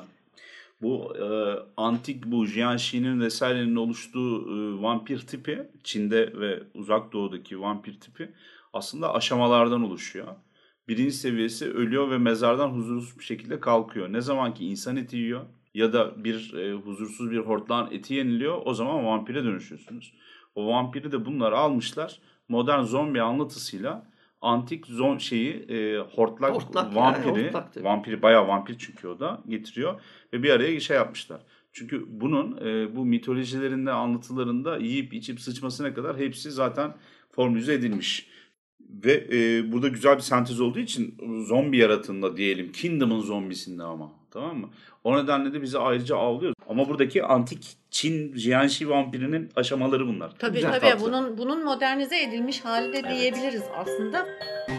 Bu antik, bu Jianshi'nin vesairenin oluştuğu vampir tipi, Çin'de ve Uzak Doğu'daki vampir tipi aslında aşamalardan oluşuyor. Birinci seviyesi ölüyor ve mezardan huzursuz bir şekilde kalkıyor. Ne zaman ki insan eti yiyor ya da bir huzursuz bir hortlağın eti yeniliyor, o zaman vampire dönüşüyorsunuz. O vampiri de bunlar almışlar, modern zombi anlatısıyla antik hortlak vampiri, vampiri bayağı vampir çünkü o da getiriyor ve bir araya şey yapmışlar. Çünkü bunun bu mitolojilerinde, anlatılarında yiyip içip sıçmasına kadar hepsi zaten formülize edilmiş. Ve burada güzel bir sentez olduğu için zombi yaratığında diyelim, Kingdom'ın zombisinde ama, tamam mı? O nedenle de bizi ayrıca avlıyor. Ama buradaki antik Çin Jiangxi vampirinin aşamaları bunlar. Tabii güzel, tabii bunun modernize edilmiş hali de diyebiliriz aslında.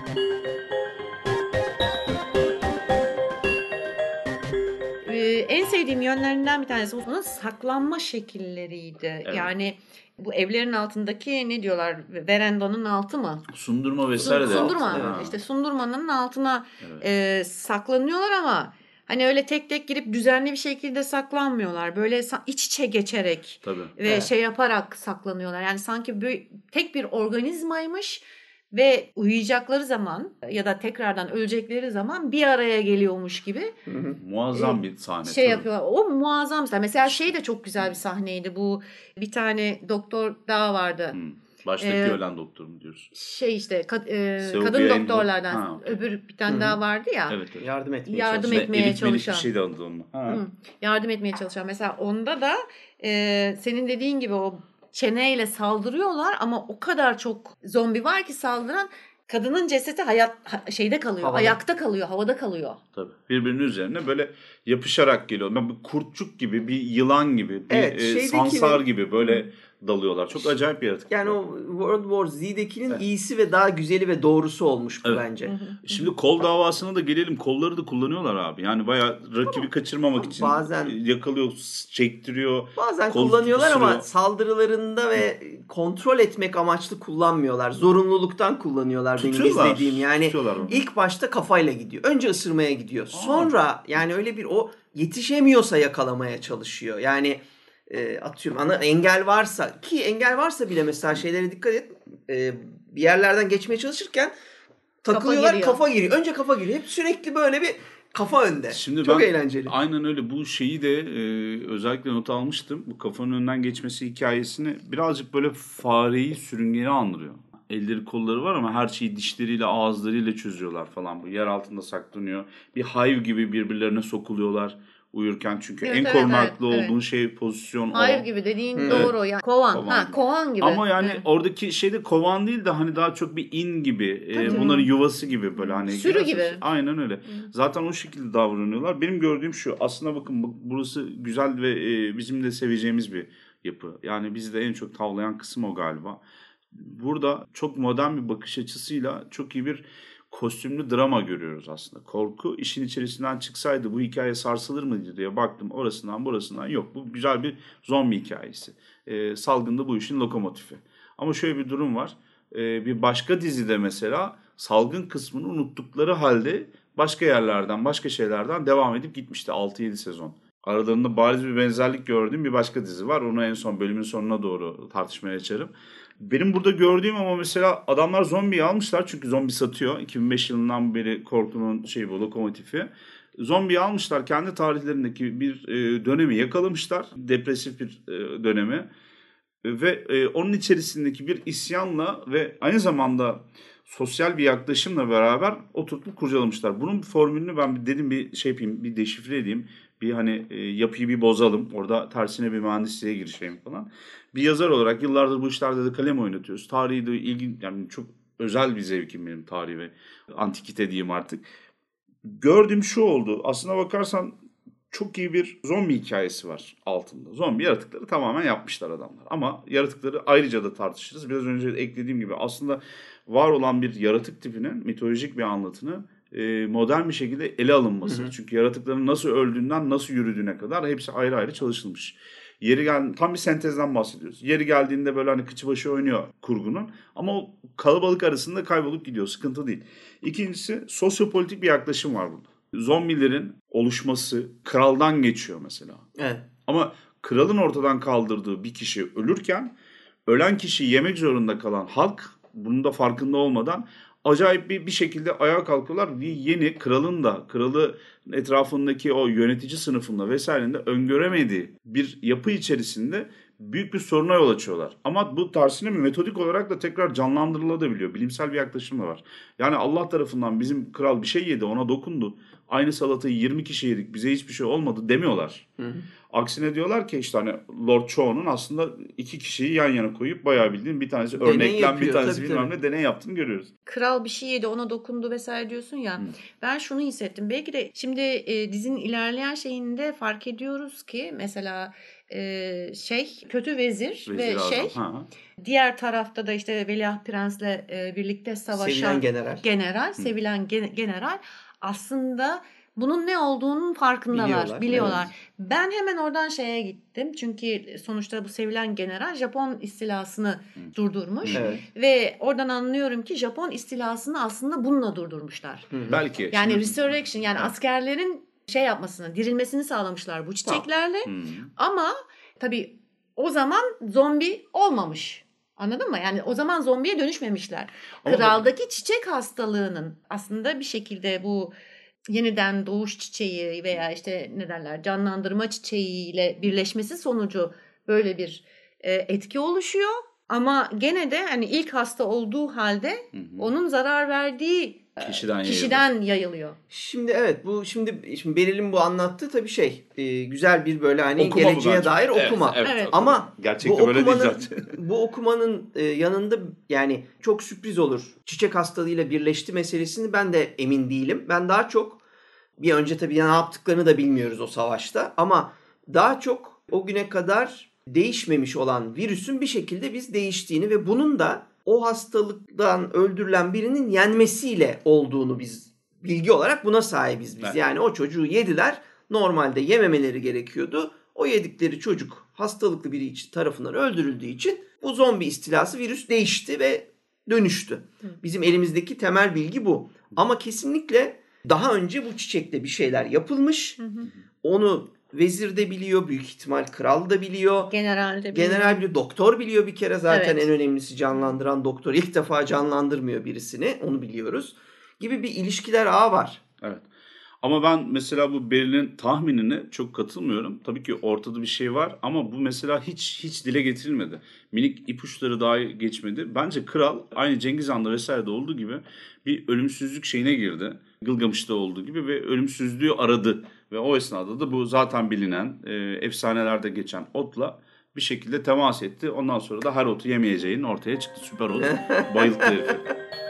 En sevdiğim yönlerinden bir tanesi bunun saklanma şekilleriydi. Evet. Yani bu evlerin altındaki ne diyorlar? Verandanın altı mı? Sundurma vesaire de. Sundurma. Evet. İşte sundurmanın altına saklanıyorlar ama hani öyle tek tek girip düzenli bir şekilde saklanmıyorlar. Böyle iç içe geçerek ve şey yaparak saklanıyorlar. Yani sanki tek bir organizmaymış ve uyuyacakları zaman ya da tekrardan ölecekleri zaman bir araya geliyormuş gibi. Muazzam bir sahne. Şey yapıyorlar. O muazzam bir sahne. Mesela şey de çok güzel bir sahneydi. Bu bir tane doktor daha vardı. Baştaki ölen doktor mu diyorsun? İşte kadın doktorlardan öbür bir tane daha vardı ya. Evet. Yardım etmeye çalışan. Bir şey de aldı onu. Yardım etmeye çalışan. Mesela onda da senin dediğin gibi o çeneyle saldırıyorlar ama o kadar çok zombi var ki saldıran, kadının cesedi şeyde kalıyor, ayakta kalıyor, havada kalıyor. Tabii. Birbirinin üzerine böyle yapışarak geliyor. Ben bir kurtçuk gibi, bir yılan gibi, bir sansar gibi böyle dalıyorlar. Çok acayip bir yaratık. Yani o World War Z'dekinin iyisi ve daha güzeli ve doğrusu olmuş bu bence. Şimdi kol davasına da gelelim. Kolları da kullanıyorlar abi. Yani bayağı rakibi kaçırmamak için bazen yakalıyor, çektiriyor. Bazen kullanıyorlar ama saldırılarında ve kontrol etmek amaçlı kullanmıyorlar. Zorunluluktan kullanıyorlar benim izlediğim. Yani ilk başta kafayla gidiyor. Önce ısırmaya gidiyor. Sonra yani öyle bir o yetişemiyorsa yakalamaya çalışıyor. Yani atıyorum engel varsa bile mesela şeylere dikkat et, bir yerlerden geçmeye çalışırken takılıyorlar, kafa giriyor. Önce kafa giriyor. Hep sürekli böyle bir kafa önde. Şimdi çok eğlenceli. Aynen öyle. Bu şeyi de özellikle not almıştım. Bu kafanın önünden geçmesi hikayesini birazcık böyle fareyi, sürüngeni andırıyor. Elleri kolları var ama her şeyi dişleriyle, ağızlarıyla çözüyorlar falan. Bu yer altında saklanıyor. Bir hayv gibi birbirlerine sokuluyorlar uyurken, çünkü en korunaklı olduğun şey, pozisyon o. Hayır gibi dediğin doğru yani. Kovan gibi. Ama yani oradaki şeyde kovan değil de hani daha çok bir in gibi. Bunların yuvası gibi böyle hani. Sürü gibi. Aynen öyle. Zaten o şekilde davranıyorlar. Benim gördüğüm şu. Aslında bakın burası güzel ve bizim de seveceğimiz bir yapı. Yani bizi de en çok tavlayan kısım o galiba. Burada çok modern bir bakış açısıyla çok iyi bir kostümlü drama görüyoruz aslında. Korku işin içerisinden çıksaydı bu hikaye sarsılır mıydı diye baktım, orasından burasından yok. Bu güzel bir zombi hikayesi. Salgında bu işin lokomotifi. Ama şöyle bir durum var. Bir başka dizide mesela salgın kısmını unuttukları halde başka yerlerden, başka şeylerden devam edip gitmişti 6-7 sezon. Aralarında bariz bir benzerlik gördüğüm bir başka dizi var. Onu en son bölümün sonuna doğru tartışmaya açarım. Benim burada gördüğüm ama mesela adamlar zombiyi almışlar çünkü zombi satıyor. 2005 yılından beri korkunun bu lokomotifi. Zombiyi almışlar, kendi tarihlerindeki bir dönemi yakalamışlar. Depresif bir dönemi. Ve onun içerisindeki bir isyanla ve aynı zamanda sosyal bir yaklaşımla beraber oturtup kurcalamışlar. Bunun formülünü ben dedim bir yapayım, bir deşifre edeyim. Bir yapıyı bir bozalım. Orada tersine bir mühendisliğe girişeyim falan. Bir yazar olarak yıllardır bu işlerde de kalem oynatıyoruz. Tarihi de ilginç, yani çok özel bir zevkim benim tarihi ve antikite diyeyim artık. Gördüğüm şu oldu. Aslına bakarsan çok iyi bir zombi hikayesi var altında. Zombi yaratıkları tamamen yapmışlar adamlar. Ama yaratıkları ayrıca da tartışırız. Biraz önce eklediğim gibi aslında var olan bir yaratık tipinin mitolojik bir anlatını modern bir şekilde ele alınması. Hı hı. Çünkü yaratıkların nasıl öldüğünden nasıl yürüdüğüne kadar hepsi ayrı ayrı çalışılmış. Tam bir sentezden bahsediyoruz. Yeri geldiğinde böyle hani kıçı başı oynuyor kurgunun. Ama o kalabalık arasında kaybolup gidiyor. Sıkıntı değil. İkincisi sosyopolitik bir yaklaşım var burada. Zombilerin oluşması kraldan geçiyor mesela. Evet. Ama kralın ortadan kaldırdığı bir kişi ölürken ölen kişiyi yemek zorunda kalan halk bunun da farkında olmadan acayip bir şekilde ayağa kalkıyorlar. Yeni kralı etrafındaki o yönetici sınıfında vesairinde öngöremediği bir yapı içerisinde büyük bir soruna yol açıyorlar. Ama bu tersine metodik olarak da tekrar canlandırılabiliyor. Bilimsel bir yaklaşım da var. Yani Allah tarafından bizim kral bir şey yedi, ona dokundu. Aynı salatayı 20 kişi yedik, bize hiçbir şey olmadı demiyorlar. Hı. Aksine diyorlar ki işte hani Lord Cho'nun aslında 2 kişiyi yan yana koyup bayağı bildiğin bir tanesi deney örneklem yapıyor, bir tanesi tabii, bilmem ne deney yaptığını görüyoruz. Kral bir şey yedi, ona dokundu vesaire diyorsun ya. Ben şunu hissettim. Belki de şimdi dizinin ilerleyen şeyinde fark ediyoruz ki mesela kötü vezir ve diğer tarafta da işte Veliaht Prens'le birlikte savaşan sevilen general aslında bunun ne olduğunun farkındalar, biliyorlar. Evet. Ben hemen oradan şeye gittim. Çünkü sonuçta bu sevilen general Japon istilasını durdurmuş. Evet. Ve oradan anlıyorum ki Japon istilasını aslında bununla durdurmuşlar. Belki. Yani resurrection, yani askerlerin yapmasını, dirilmesini sağlamışlar bu çiçeklerle. Ama tabii o zaman zombi olmamış. Anladın mı? Yani o zaman zombiye dönüşmemişler. Kraldaki çiçek hastalığının aslında bir şekilde bu yeniden doğuş çiçeği veya işte ne derler, canlandırma çiçeğiyle birleşmesi sonucu böyle bir etki oluşuyor. Ama gene de hani ilk hasta olduğu halde onun zarar verdiği kişiden yayılıyor. Şimdi evet, bu şimdi Beril'in bu anlattığı tabii güzel bir böyle hani okuma, geleceğe dair okuma. Evet. Ama gerçekten böyle değil zaten. Bu okumanın yanında yani çok sürpriz olur. Çiçek hastalığıyla birleşti meselesini ben de emin değilim. Ben daha çok bir önce tabii ne yaptıklarını da bilmiyoruz o savaşta, ama daha çok o güne kadar değişmemiş olan virüsün bir şekilde biz değiştiğini ve bunun da o hastalıktan öldürülen birinin yenmesiyle olduğunu biz bilgi olarak buna sahibiz biz. Evet. Yani o çocuğu yediler. Normalde yememeleri gerekiyordu. O yedikleri çocuk hastalıklı biri tarafından öldürüldüğü için bu zombi istilası virüs değişti ve dönüştü. Bizim elimizdeki temel bilgi bu. Ama kesinlikle daha önce bu çiçekte bir şeyler yapılmış. Onu vezir de biliyor, büyük ihtimal kral da biliyor. General biliyor, doktor biliyor bir kere zaten, evet. En önemlisi canlandıran doktor. İlk defa canlandırmıyor birisini, onu biliyoruz. Gibi bir ilişkiler ağı var. Evet. Ama ben mesela bu Beril'in tahminine çok katılmıyorum. Tabii ki ortada bir şey var ama bu mesela hiç dile getirilmedi. Minik ipuçları dahi geçmedi. Bence kral aynı Cengiz Han'da vesairede olduğu gibi bir ölümsüzlük şeyine girdi. Gılgamış'ta olduğu gibi ve ölümsüzlüğü aradı. Ve o esnada da bu zaten bilinen efsanelerde geçen otla bir şekilde temas etti. Ondan sonra da her otu yemeyeceğinin ortaya çıktı. Süper oldu. Bayılttı herifi.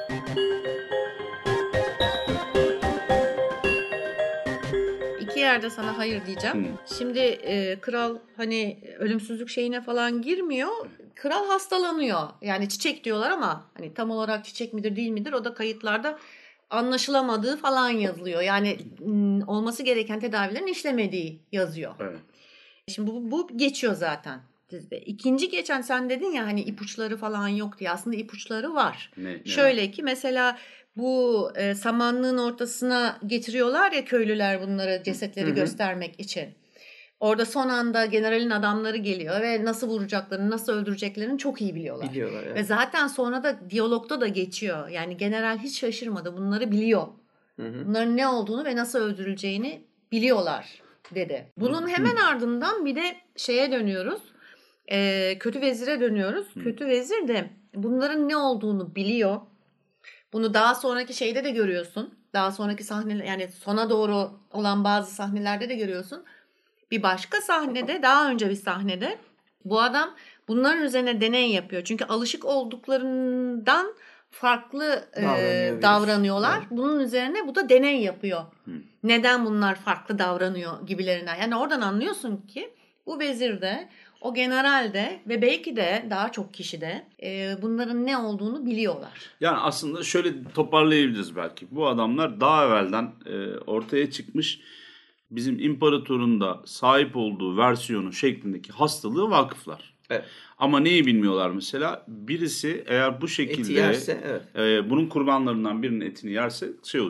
İki yerde sana hayır diyeceğim. Şimdi kral hani ölümsüzlük şeyine falan girmiyor. Kral hastalanıyor. Yani çiçek diyorlar ama hani tam olarak çiçek midir değil midir o da kayıtlarda anlaşılamadığı falan yazılıyor. Yani olması gereken tedavilerin işlemediği yazıyor. Evet. Şimdi bu geçiyor zaten dizide. İkinci geçen, sen dedin ya hani ipuçları falan yok diye. Aslında ipuçları var. Şöyle ki mesela bu samanlığın ortasına getiriyorlar ya köylüler bunları, cesetleri göstermek için. Orada son anda generalin adamları geliyor ve nasıl vuracaklarını, nasıl öldüreceklerini çok iyi biliyorlar. Evet. Ve zaten sonra da diyalogda da geçiyor. Yani general hiç şaşırmadı. Bunları biliyor. Bunların ne olduğunu ve nasıl öldürüleceğini biliyorlar dedi. Bunun hemen ardından bir de şeye dönüyoruz. Kötü vezire dönüyoruz. Kötü vezir de bunların ne olduğunu biliyor. Bunu daha sonraki şeyde de görüyorsun. Daha sonraki sahneler, yani sona doğru olan bazı sahnelerde de görüyorsun. Bir başka sahnede, daha önce bir sahnede bu adam bunların üzerine deney yapıyor. Çünkü alışık olduklarından farklı davranıyorlar. Evet. Bunun üzerine bu da deney yapıyor. Neden bunlar farklı davranıyor gibilerinden. Yani oradan anlıyorsun ki bu vezir de, o general de ve belki de daha çok kişi de bunların ne olduğunu biliyorlar. Yani aslında şöyle toparlayabiliriz belki. Bu adamlar daha evvelden ortaya çıkmış, bizim imparatorun da sahip olduğu versiyonu şeklindeki hastalığı vakıflar. Evet. Ama neyi bilmiyorlar mesela? Birisi eğer bu şekilde eti yerse, bunun kurbanlarından birinin etini yerse şey olur.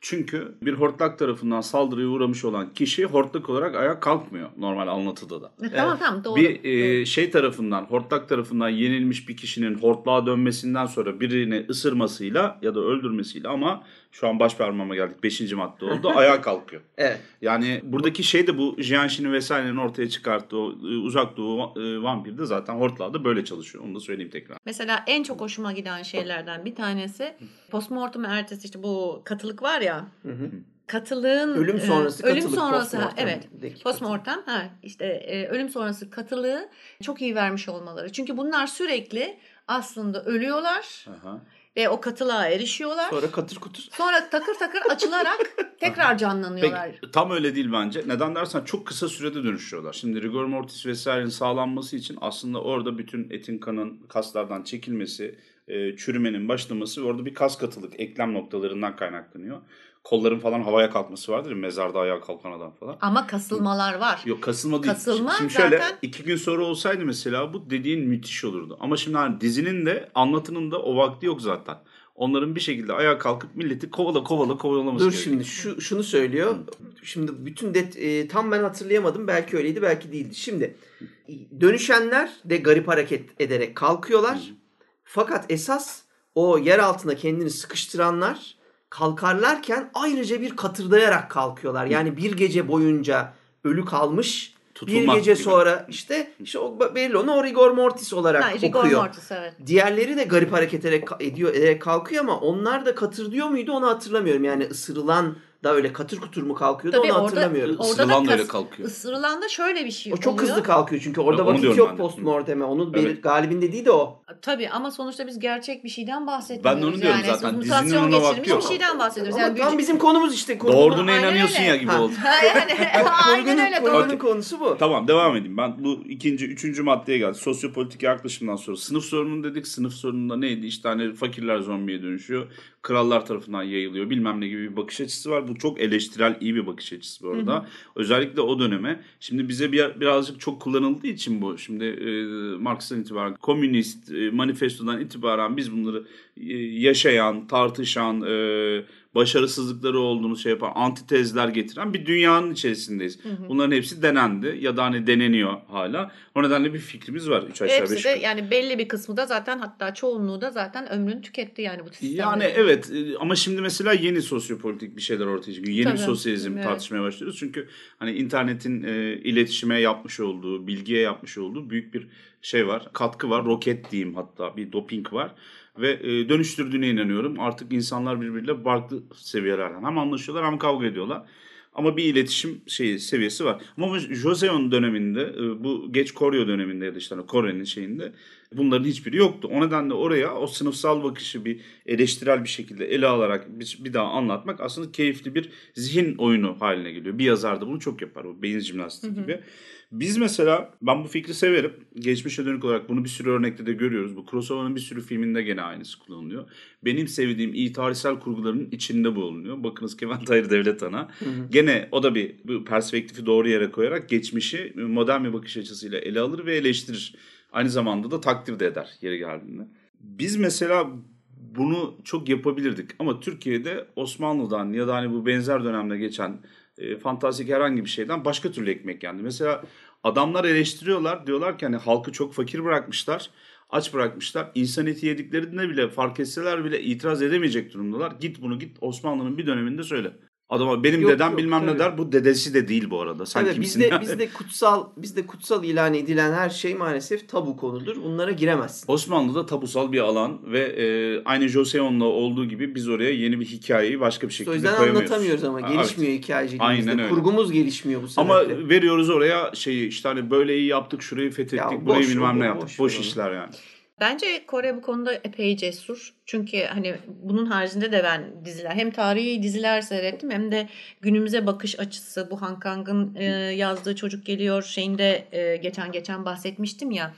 Çünkü bir hortlak tarafından saldırıya uğramış olan kişi hortlak olarak ayağa kalkmıyor normal anlatıda da. Tamam doğru. Bir şey tarafından, hortlak tarafından yenilmiş bir kişinin hortlağa dönmesinden sonra birini ısırmasıyla ya da öldürmesiyle, ama şu an baş parmağıma geldik, 5. madde oldu, ayağa kalkıyor. Evet. Yani buradaki şey de bu Jianshi'nin vesairenin ortaya çıkarttığı o uzak doğu vampir de zaten hortlağı da böyle çalışıyor. Onu da söyleyeyim tekrar. Mesela en çok hoşuma giden şeylerden bir tanesi postmortem ertesi işte bu katılık var ya. Katılığın ölüm sonrası ölüm katılık, sonrası postmortem'deki postmortem işte ölüm sonrası katılığı çok iyi vermiş olmaları. Çünkü bunlar sürekli aslında ölüyorlar. Aha. Ve o katılığa erişiyorlar. Sonra katır kutur. Sonra takır takır açılarak tekrar canlanıyorlar. Peki, tam öyle değil bence. Neden dersen çok kısa sürede dönüşüyorlar. Şimdi rigor mortis vesairenin sağlanması için aslında orada bütün etin, kanın kaslardan çekilmesi, çürümenin başlaması, orada bir kas katılık eklem noktalarından kaynaklanıyor. Kolların falan havaya kalkması vardır ya, mezarda ayağa kalkan adam falan. Ama kasılmalar var. Yok, kasılma değil. Kasılma şimdi şöyle zaten... 2 gün sonra olsaydı mesela bu dediğin müthiş olurdu. Ama şimdi hani dizinin de anlatının da o vakti yok zaten. Onların bir şekilde ayağa kalkıp milleti kovalaması Dur gerekiyor. şimdi şunu söylüyor. Şimdi bütün tam ben hatırlayamadım. Belki öyleydi, belki değildi. Şimdi dönüşenler de garip hareket ederek kalkıyorlar. Fakat esas o yer altına kendini sıkıştıranlar kalkarlarken ayrıca bir katırdayarak kalkıyorlar. Yani bir gece boyunca ölü kalmış, Tutulmak bir gece gibi. sonra işte o belli, onu o rigor mortis olarak rigor okuyor. mortis, evet. Diğerleri de garip hareket ederek kalkıyor ama onlar da katır muydu onu hatırlamıyorum. Yani ısırılan da öyle katır kutur mu kalkıyordu, tabii onu hatırlamıyorum. Isırılan da öyle kalkıyor. Isırılan da şöyle bir şey O çok oluyor. hızlı kalkıyor çünkü orada Onu vakit diyorum ben yok de. postmortem'e. Onun Evet. Galip'in dediği de o. Tabii ama sonuçta biz gerçek bir şeyden bahsetmiyoruz. Ben de onu diyorum yani. zaten. Mutasyon Dizinin ona vakti geçirmiş yok. bir şeyden bahsediyoruz. Ama Yani tam bizim konumuz işte. Doğurduğuna Aynen inanıyorsun öyle. ya gibi oldu. Aynen öyle. Konunun konusu bu. Tamam, devam edeyim. Ben bu üçüncü maddeye geldim. Sosyopolitik yaklaşımdan sonra sınıf sorunu dedik. Sınıf sorununda neydi? İşte hani fakirler zombiye dönüşüyor. Krallar tarafından yayılıyor. Bilmem ne gibi bir bakış açısı var. Bu çok eleştirel, iyi bir bakış açısı bu arada. Hı-hı. Özellikle o döneme. Şimdi bize birazcık çok kullanıldığı için bu. Şimdi Marx'tan itibaren, komünist manifestodan itibaren biz bunları yaşayan, tartışan, başarısızlıkları olduğunu şey yapan, antitezler getiren bir dünyanın içerisindeyiz. Hı-hı. Bunların hepsi denendi ya da hani deneniyor hala. O nedenle bir fikrimiz var. 3 aşağı 5 yukarı. Hepsi de yani belli bir kısmı da zaten, hatta çoğunluğu da zaten ömrünü tüketti yani bu sistemde. Yani evet, ama şimdi mesela yeni sosyopolitik bir şeyler ortaya çıkıyor. Yeni bir sosyalizm tartışmaya başlıyoruz. Çünkü hani internetin iletişime yapmış olduğu, bilgiye yapmış olduğu büyük bir şey var. Katkı var. Roket diyeyim, hatta bir doping var. Ve dönüştürdüğüne inanıyorum. Artık insanlar birbiriyle farklı seviyelerden hem anlaşıyorlar hem kavga ediyorlar. Ama bir iletişim seviyesi var. Ama Joseon döneminde, bu geç Koryo döneminde ya da işte Kore'nin şeyinde bunların hiçbiri yoktu. O nedenle oraya o sınıfsal bakışı bir eleştirel bir şekilde ele alarak bir daha anlatmak aslında keyifli bir zihin oyunu haline geliyor. Bir yazar da bunu çok yapar, o beyin jimnastiği gibi. Biz mesela, ben bu fikri severim. Geçmişe dönük olarak bunu bir sürü örnekte de görüyoruz. Bu Kurosawa'nın bir sürü filminde gene aynısı kullanılıyor. Benim sevdiğim iyi tarihsel kurguların içinde bu olunuyor. Bakınız Kevin Tahir Devlet Ana. Gene o da bir perspektifi doğru yere koyarak geçmişi modern bir bakış açısıyla ele alır ve eleştirir. Aynı zamanda da takdir de eder yeri geldiğinde. Biz mesela bunu çok yapabilirdik. Ama Türkiye'de Osmanlı'dan ya da hani bu benzer dönemde geçen fantastik herhangi bir şeyden başka türlü ekmek yendi. Mesela adamlar eleştiriyorlar. Diyorlar ki hani halkı çok fakir bırakmışlar. Aç bırakmışlar. İnsan eti yediklerinde bile fark etseler bile itiraz edemeyecek durumdalar. Git Osmanlı'nın bir döneminde söyle. Adama benim dedem bilmem ne der. Bu dedesi de değil bu arada. Sen kimsin? Bizde kutsal ilan edilen her şey maalesef tabu konudur. Bunlara giremezsin. Osmanlı'da tabusal bir alan ve aynı Joseon'la olduğu gibi biz oraya yeni bir hikayeyi başka bir şekilde koyamıyoruz. O yüzden anlatamıyoruz ama gelişmiyor hikayeciliğimizde. Aynen öyle. Kurgumuz gelişmiyor bu sebeple. Ama veriyoruz oraya şeyi, işte hani böyle iyi yaptık, şurayı fethettik, burayı bilmem ne yaptık. Boş işler yani. Bence Kore bu konuda epey cesur. Çünkü hani bunun haricinde de ben hem tarihi diziler seyrettim hem de günümüze bakış açısı. Bu Han Kang'ın yazdığı Çocuk Geliyor şeyinde geçen bahsetmiştim ya.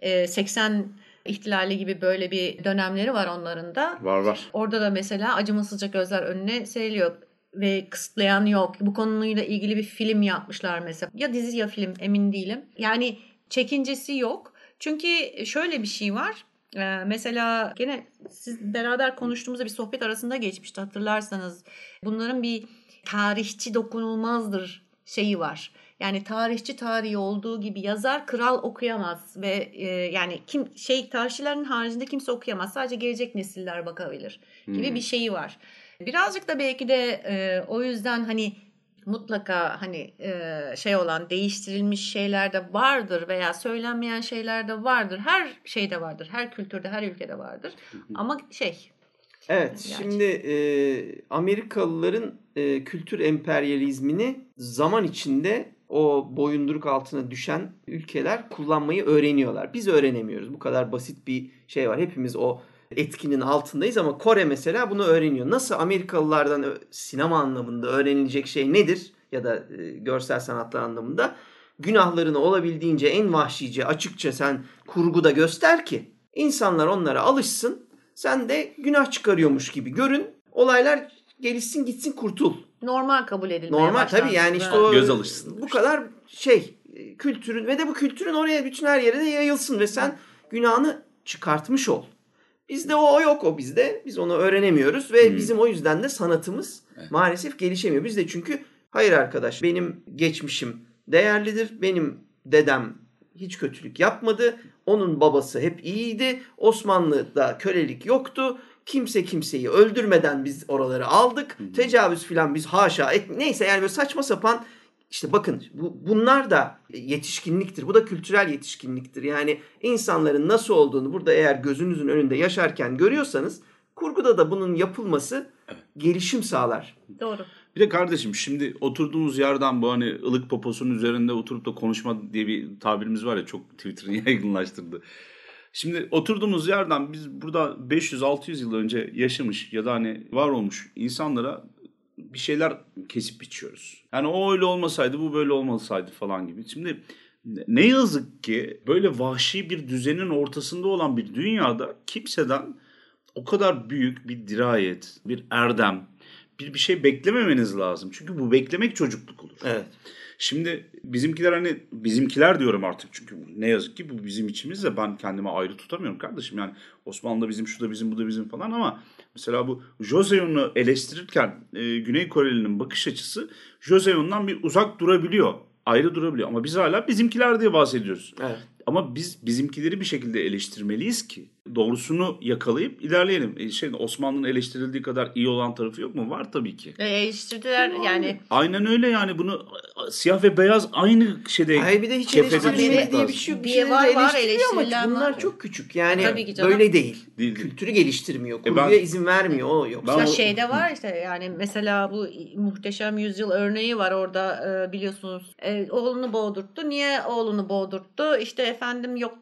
80 ihtilali gibi böyle bir dönemleri var onların da. Var. Orada da mesela acımasızca gözler önüne seriliyor ve kısıtlayan yok. Bu konuyla ilgili bir film yapmışlar mesela. Ya dizi ya film, emin değilim. Yani çekincesi yok. Çünkü şöyle bir şey var. Mesela gene siz beraber konuştuğumuzda bir sohbet arasında geçmişti hatırlarsanız. Bunların bir tarihçi dokunulmazdır şeyi var. Yani tarihçi tarihi olduğu gibi yazar, kral okuyamaz ve yani tarihçilerin haricinde kimse okuyamaz. Sadece gelecek nesiller bakabilir gibi bir şeyi var. Birazcık da belki de o yüzden hani mutlaka hani olan değiştirilmiş şeyler de vardır veya söylenmeyen şeyler de vardır. Her şeyde vardır. Her kültürde, her ülkede vardır. Ama Evet, şimdi Amerikalıların kültür emperyalizmini zaman içinde o boyunduruk altına düşen ülkeler kullanmayı öğreniyorlar. Biz öğrenemiyoruz. Bu kadar basit bir şey var. Hepimiz o etkinin altındayız ama Kore mesela bunu öğreniyor. Nasıl Amerikalılardan sinema anlamında öğrenilecek şey nedir? Ya da görsel sanatlar anlamında günahlarını olabildiğince en vahşice, açıkça sen kurguda göster ki insanlar onlara alışsın. Sen de günah çıkarıyormuş gibi görün. Olaylar gelişsin gitsin kurtul. Normal kabul edilmeye Normal tabii yani işte o göz alışsın. Bu kadar kültürün ve de bu kültürün oraya bütün her yere de yayılsın ve sen günahını çıkartmış ol. Bizde o yok o bizde. Biz onu öğrenemiyoruz ve bizim o yüzden de sanatımız maalesef gelişemiyor. Bizde çünkü hayır arkadaş benim geçmişim değerlidir. Benim dedem hiç kötülük yapmadı. Onun babası hep iyiydi. Osmanlı'da kölelik yoktu. Kimse kimseyi öldürmeden biz oraları aldık. Tecavüz filan biz haşa neyse yani böyle saçma sapan işte bakın bunlar da yetişkinliktir. Bu da kültürel yetişkinliktir. Yani insanların nasıl olduğunu burada eğer gözünüzün önünde yaşarken görüyorsanız kurguda da bunun yapılması gelişim sağlar. Doğru. Bir de kardeşim şimdi oturduğumuz yerden bu hani ılık poposunun üzerinde oturup da konuşma diye bir tabirimiz var ya çok Twitter'ın yaygınlaştırdı. Şimdi oturduğumuz yerden biz burada 500-600 yıl önce yaşamış ya da hani var olmuş insanlara bir şeyler kesip biçiyoruz. Yani o öyle olmasaydı bu böyle olmasaydı falan gibi. Şimdi ne yazık ki böyle vahşi bir düzenin ortasında olan bir dünyada kimseden o kadar büyük bir dirayet, bir erdem, bir şey beklememeniz lazım. Çünkü bu beklemek çocukluk olur. Evet. Şimdi bizimkiler diyorum artık çünkü ne yazık ki bu bizim içimizde ben kendimi ayrı tutamıyorum kardeşim. Yani Osmanlı bizim, şu da bizim, bu da bizim falan ama mesela bu Joseon'u eleştirirken Güney Koreli'nin bakış açısı Joseon'dan bir uzak durabiliyor. Ayrı durabiliyor ama biz hala bizimkiler diye bahsediyoruz. Evet. Ama biz bizimkileri bir şekilde eleştirmeliyiz ki doğrusunu yakalayıp ilerleyelim. Osmanlı'nın eleştirildiği kadar iyi olan tarafı yok mu? Var tabii ki. Eleştirdiler yani. Aynen öyle yani bunu siyah ve beyaz aynı şeyde. Hayır bir de hiç kefede eleştirilmeli düşmek diye lazım. bir şey yok. Diye var Eleştiriyor ama eleştirilen bunlar var. çok küçük. Yani Tabii ki canım. böyle değil. Değil. Kültürü geliştirmiyor. ben- Kurguya izin vermiyor. O yok. Ben- Ya şeyde var işte yani mesela bu Muhteşem Yüzyıl örneği var orada biliyorsunuz. Oğlunu boğdurttu. Niye oğlunu boğdurttu? İşte efendim yok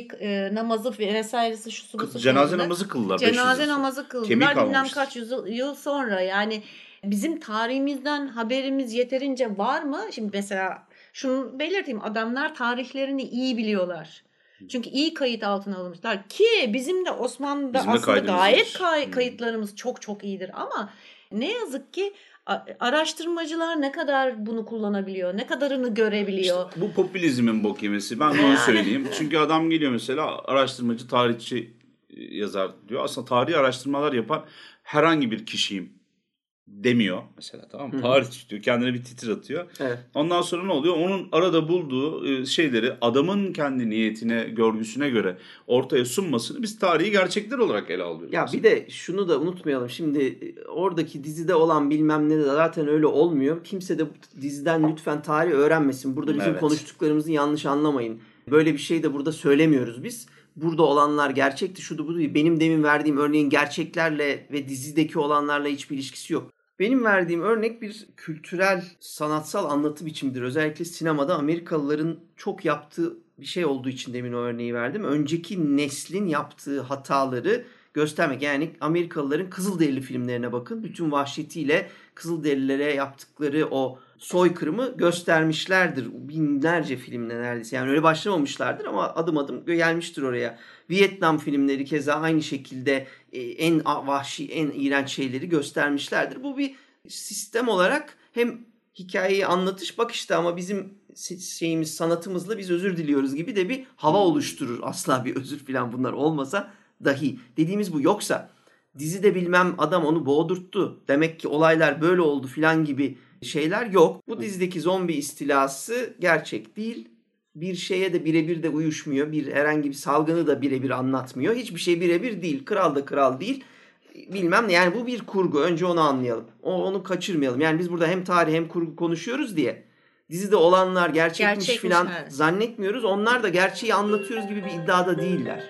namazı vesairesi şusu busu. Cenaze namazı kıldılar. 500 Cenaze yıl sonra. namazı Kemik kıldılar bilmem kalmamıştır. kaç yıl sonra yani bizim tarihimizden haberimiz yeterince var mı? Şimdi mesela şunu belirteyim adamlar tarihlerini iyi biliyorlar. Çünkü iyi kayıt altına alınmışlar ki bizim de Osmanlı'da Bizim de aslında kaydımız gayet iyidir. kayıtlarımız çok çok iyidir ama ne yazık ki araştırmacılar ne kadar bunu kullanabiliyor, ne kadarını görebiliyor. Bu popülizmin bok yemesi. Ben de onu söyleyeyim. Çünkü adam geliyor mesela araştırmacı, tarihçi yazar diyor. Aslında tarihi araştırmalar yapan herhangi bir kişiyim demiyor mesela, tamam mı? Tarihçi diyor. Kendine bir titir atıyor. Evet. Ondan sonra ne oluyor? Onun arada bulduğu şeyleri adamın kendi niyetine, görgüsüne göre ortaya sunmasını biz tarihi gerçekler olarak ele alıyoruz. Ya bir de şunu da unutmayalım. Şimdi oradaki dizide olan bilmem ne de zaten öyle olmuyor. Kimse de bu diziden lütfen tarih öğrenmesin. Burada bizim Evet. konuştuklarımızı yanlış anlamayın. Böyle bir şey de burada söylemiyoruz biz. Burada olanlar gerçekti, şudu budu değil. Benim demin verdiğim örneğin gerçeklerle ve dizideki olanlarla hiçbir ilişkisi yok. Benim verdiğim örnek bir kültürel, sanatsal anlatı biçimidir. Özellikle sinemada Amerikalıların çok yaptığı bir şey olduğu için demin o örneği verdim. Önceki neslin yaptığı hataları göstermek. Yani Amerikalıların Kızılderili filmlerine bakın. Bütün vahşetiyle Kızılderililere yaptıkları o soykırımı göstermişlerdir. Binlerce filmle neredeyse. Yani öyle başlamamışlardır ama adım adım gelmiştir oraya. Vietnam filmleri keza aynı şekilde en vahşi, en iğrenç şeyleri göstermişlerdir. Bu bir sistem olarak hem hikayeyi anlatış bak işte ama bizim şeyimiz, sanatımızla biz özür diliyoruz gibi de bir hava oluşturur. Asla bir özür falan bunlar olmasa dahi. Dediğimiz bu. Yoksa dizide bilmem adam onu boğdurttu, demek ki olaylar böyle oldu falan gibi şeyler yok. Bu dizideki zombi istilası gerçek değil. Bir şeye de birebir de uyuşmuyor. Herhangi bir salgını da birebir anlatmıyor. Hiçbir şey birebir değil. Kral da kral değil. Bilmem ne. Yani bu bir kurgu. Önce onu anlayalım. Onu kaçırmayalım. Yani biz burada hem tarih hem kurgu konuşuyoruz diye dizide olanlar gerçekmiş falan evet. zannetmiyoruz. Onlar da gerçeği anlatıyoruz gibi bir iddiada değiller.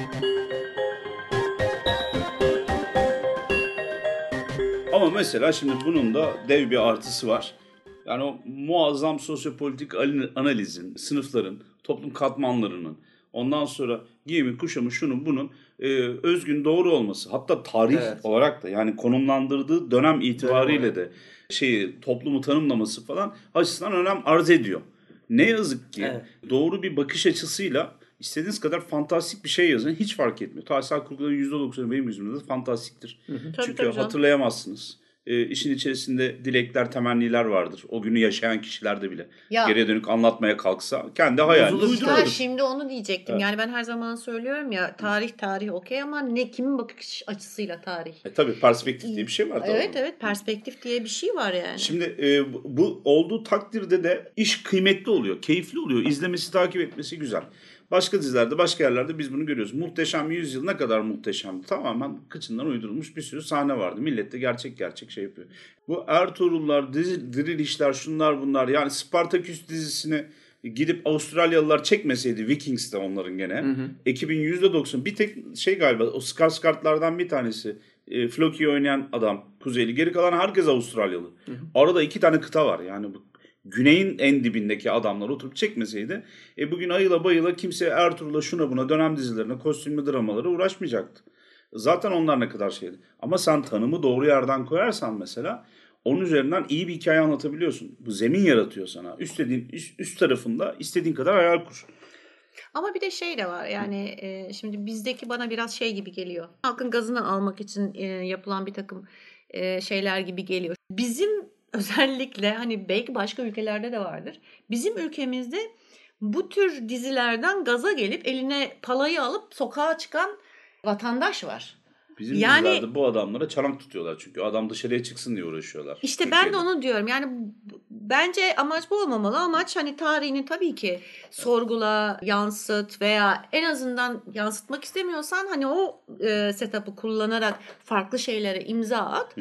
Ama mesela şimdi bunun da dev bir artısı var. Yani o muazzam sosyopolitik analizin, sınıfların, toplum katmanlarının, ondan sonra giyimi, kuşamı, şunun bunun özgün doğru olması. Hatta tarih olarak da, yani konumlandırdığı dönem itibariyle de toplumu tanımlaması falan açısından önem arz ediyor. Ne yazık ki doğru bir bakış açısıyla istediğiniz kadar fantastik bir şey yazın, hiç fark etmiyor. Tarihsel kurguların %90'ı benim yüzümde de fantastiktir. Çünkü hatırlayamazsınız. İşin içerisinde dilekler, temenniler vardır. O günü yaşayan kişilerde bile. Geriye dönük anlatmaya kalksa kendi hayalini uydurur. Şimdi onu diyecektim. Yani ben her zaman söylüyorum ya, tarih okey ama kimin bakış açısıyla tarih? Tabii perspektif diye bir şey var. Evet, perspektif diye bir şey var yani. Şimdi bu olduğu takdirde de iş kıymetli oluyor, keyifli oluyor. İzlemesi, takip etmesi güzel. Başka dizilerde, başka yerlerde biz bunu görüyoruz. Muhteşem Yüzyıl ne kadar muhteşemdi. Tamamen kıçından uydurulmuş bir sürü sahne vardı. Millet de gerçek şey yapıyor. Bu Ertuğrullar, Dirilişler, şunlar bunlar. Yani Spartaküs dizisini gidip Avustralyalılar çekmeseydi, Vikings de onların gene. Ekibin %90, bir tek galiba o Skarsgård'lardan bir tanesi. Floki'yi oynayan adam Kuzeyli. Geri kalan herkes Avustralyalı. Arada 2 tane kıta var. Yani bu güneyin en dibindeki adamlar oturup çekmeseydi bugün ayıla bayıla kimse Ertuğrul'a, şuna buna, dönem dizilerine, kostümlü dramalara uğraşmayacaktı. Zaten onlar ne kadar şeydi. Ama sen tanımı doğru yerden koyarsan mesela onun üzerinden iyi bir hikaye anlatabiliyorsun. Bu zemin yaratıyor sana. Üst tarafında istediğin kadar hayal kur. Ama bir de de var yani şimdi bizdeki bana biraz gibi geliyor. Halkın gazını almak için yapılan bir takım şeyler gibi geliyor. Bizim özellikle, hani belki başka ülkelerde de vardır, bizim ülkemizde bu tür dizilerden gaza gelip eline palayı alıp sokağa çıkan vatandaş var. Bizim dizilerde bu adamlara çanak tutuyorlar çünkü adam dışarıya çıksın diye uğraşıyorlar. İşte ben de onu diyorum. Yani bence amaç bu olmamalı. Amaç hani tarihini tabii ki sorgula, yansıt veya en azından yansıtmak istemiyorsan hani o setup'ı kullanarak farklı şeylere imza at.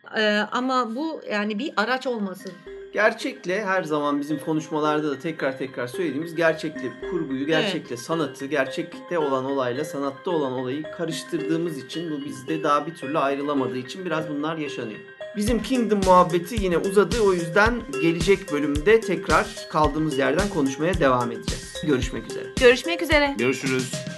Ama bu yani bir araç olmasın. Gerçekle, her zaman bizim konuşmalarda da tekrar söylediğimiz, gerçekle kurguyu, gerçekle sanatı, gerçekte olan olayla sanatta olan olayı karıştırdığımız için, bu bizde daha bir türlü ayrılamadığı için biraz bunlar yaşanıyor. Bizim Kingdom muhabbeti yine uzadı, o yüzden gelecek bölümde tekrar kaldığımız yerden konuşmaya devam edeceğiz. Görüşmek üzere. Görüşmek üzere. Görüşürüz.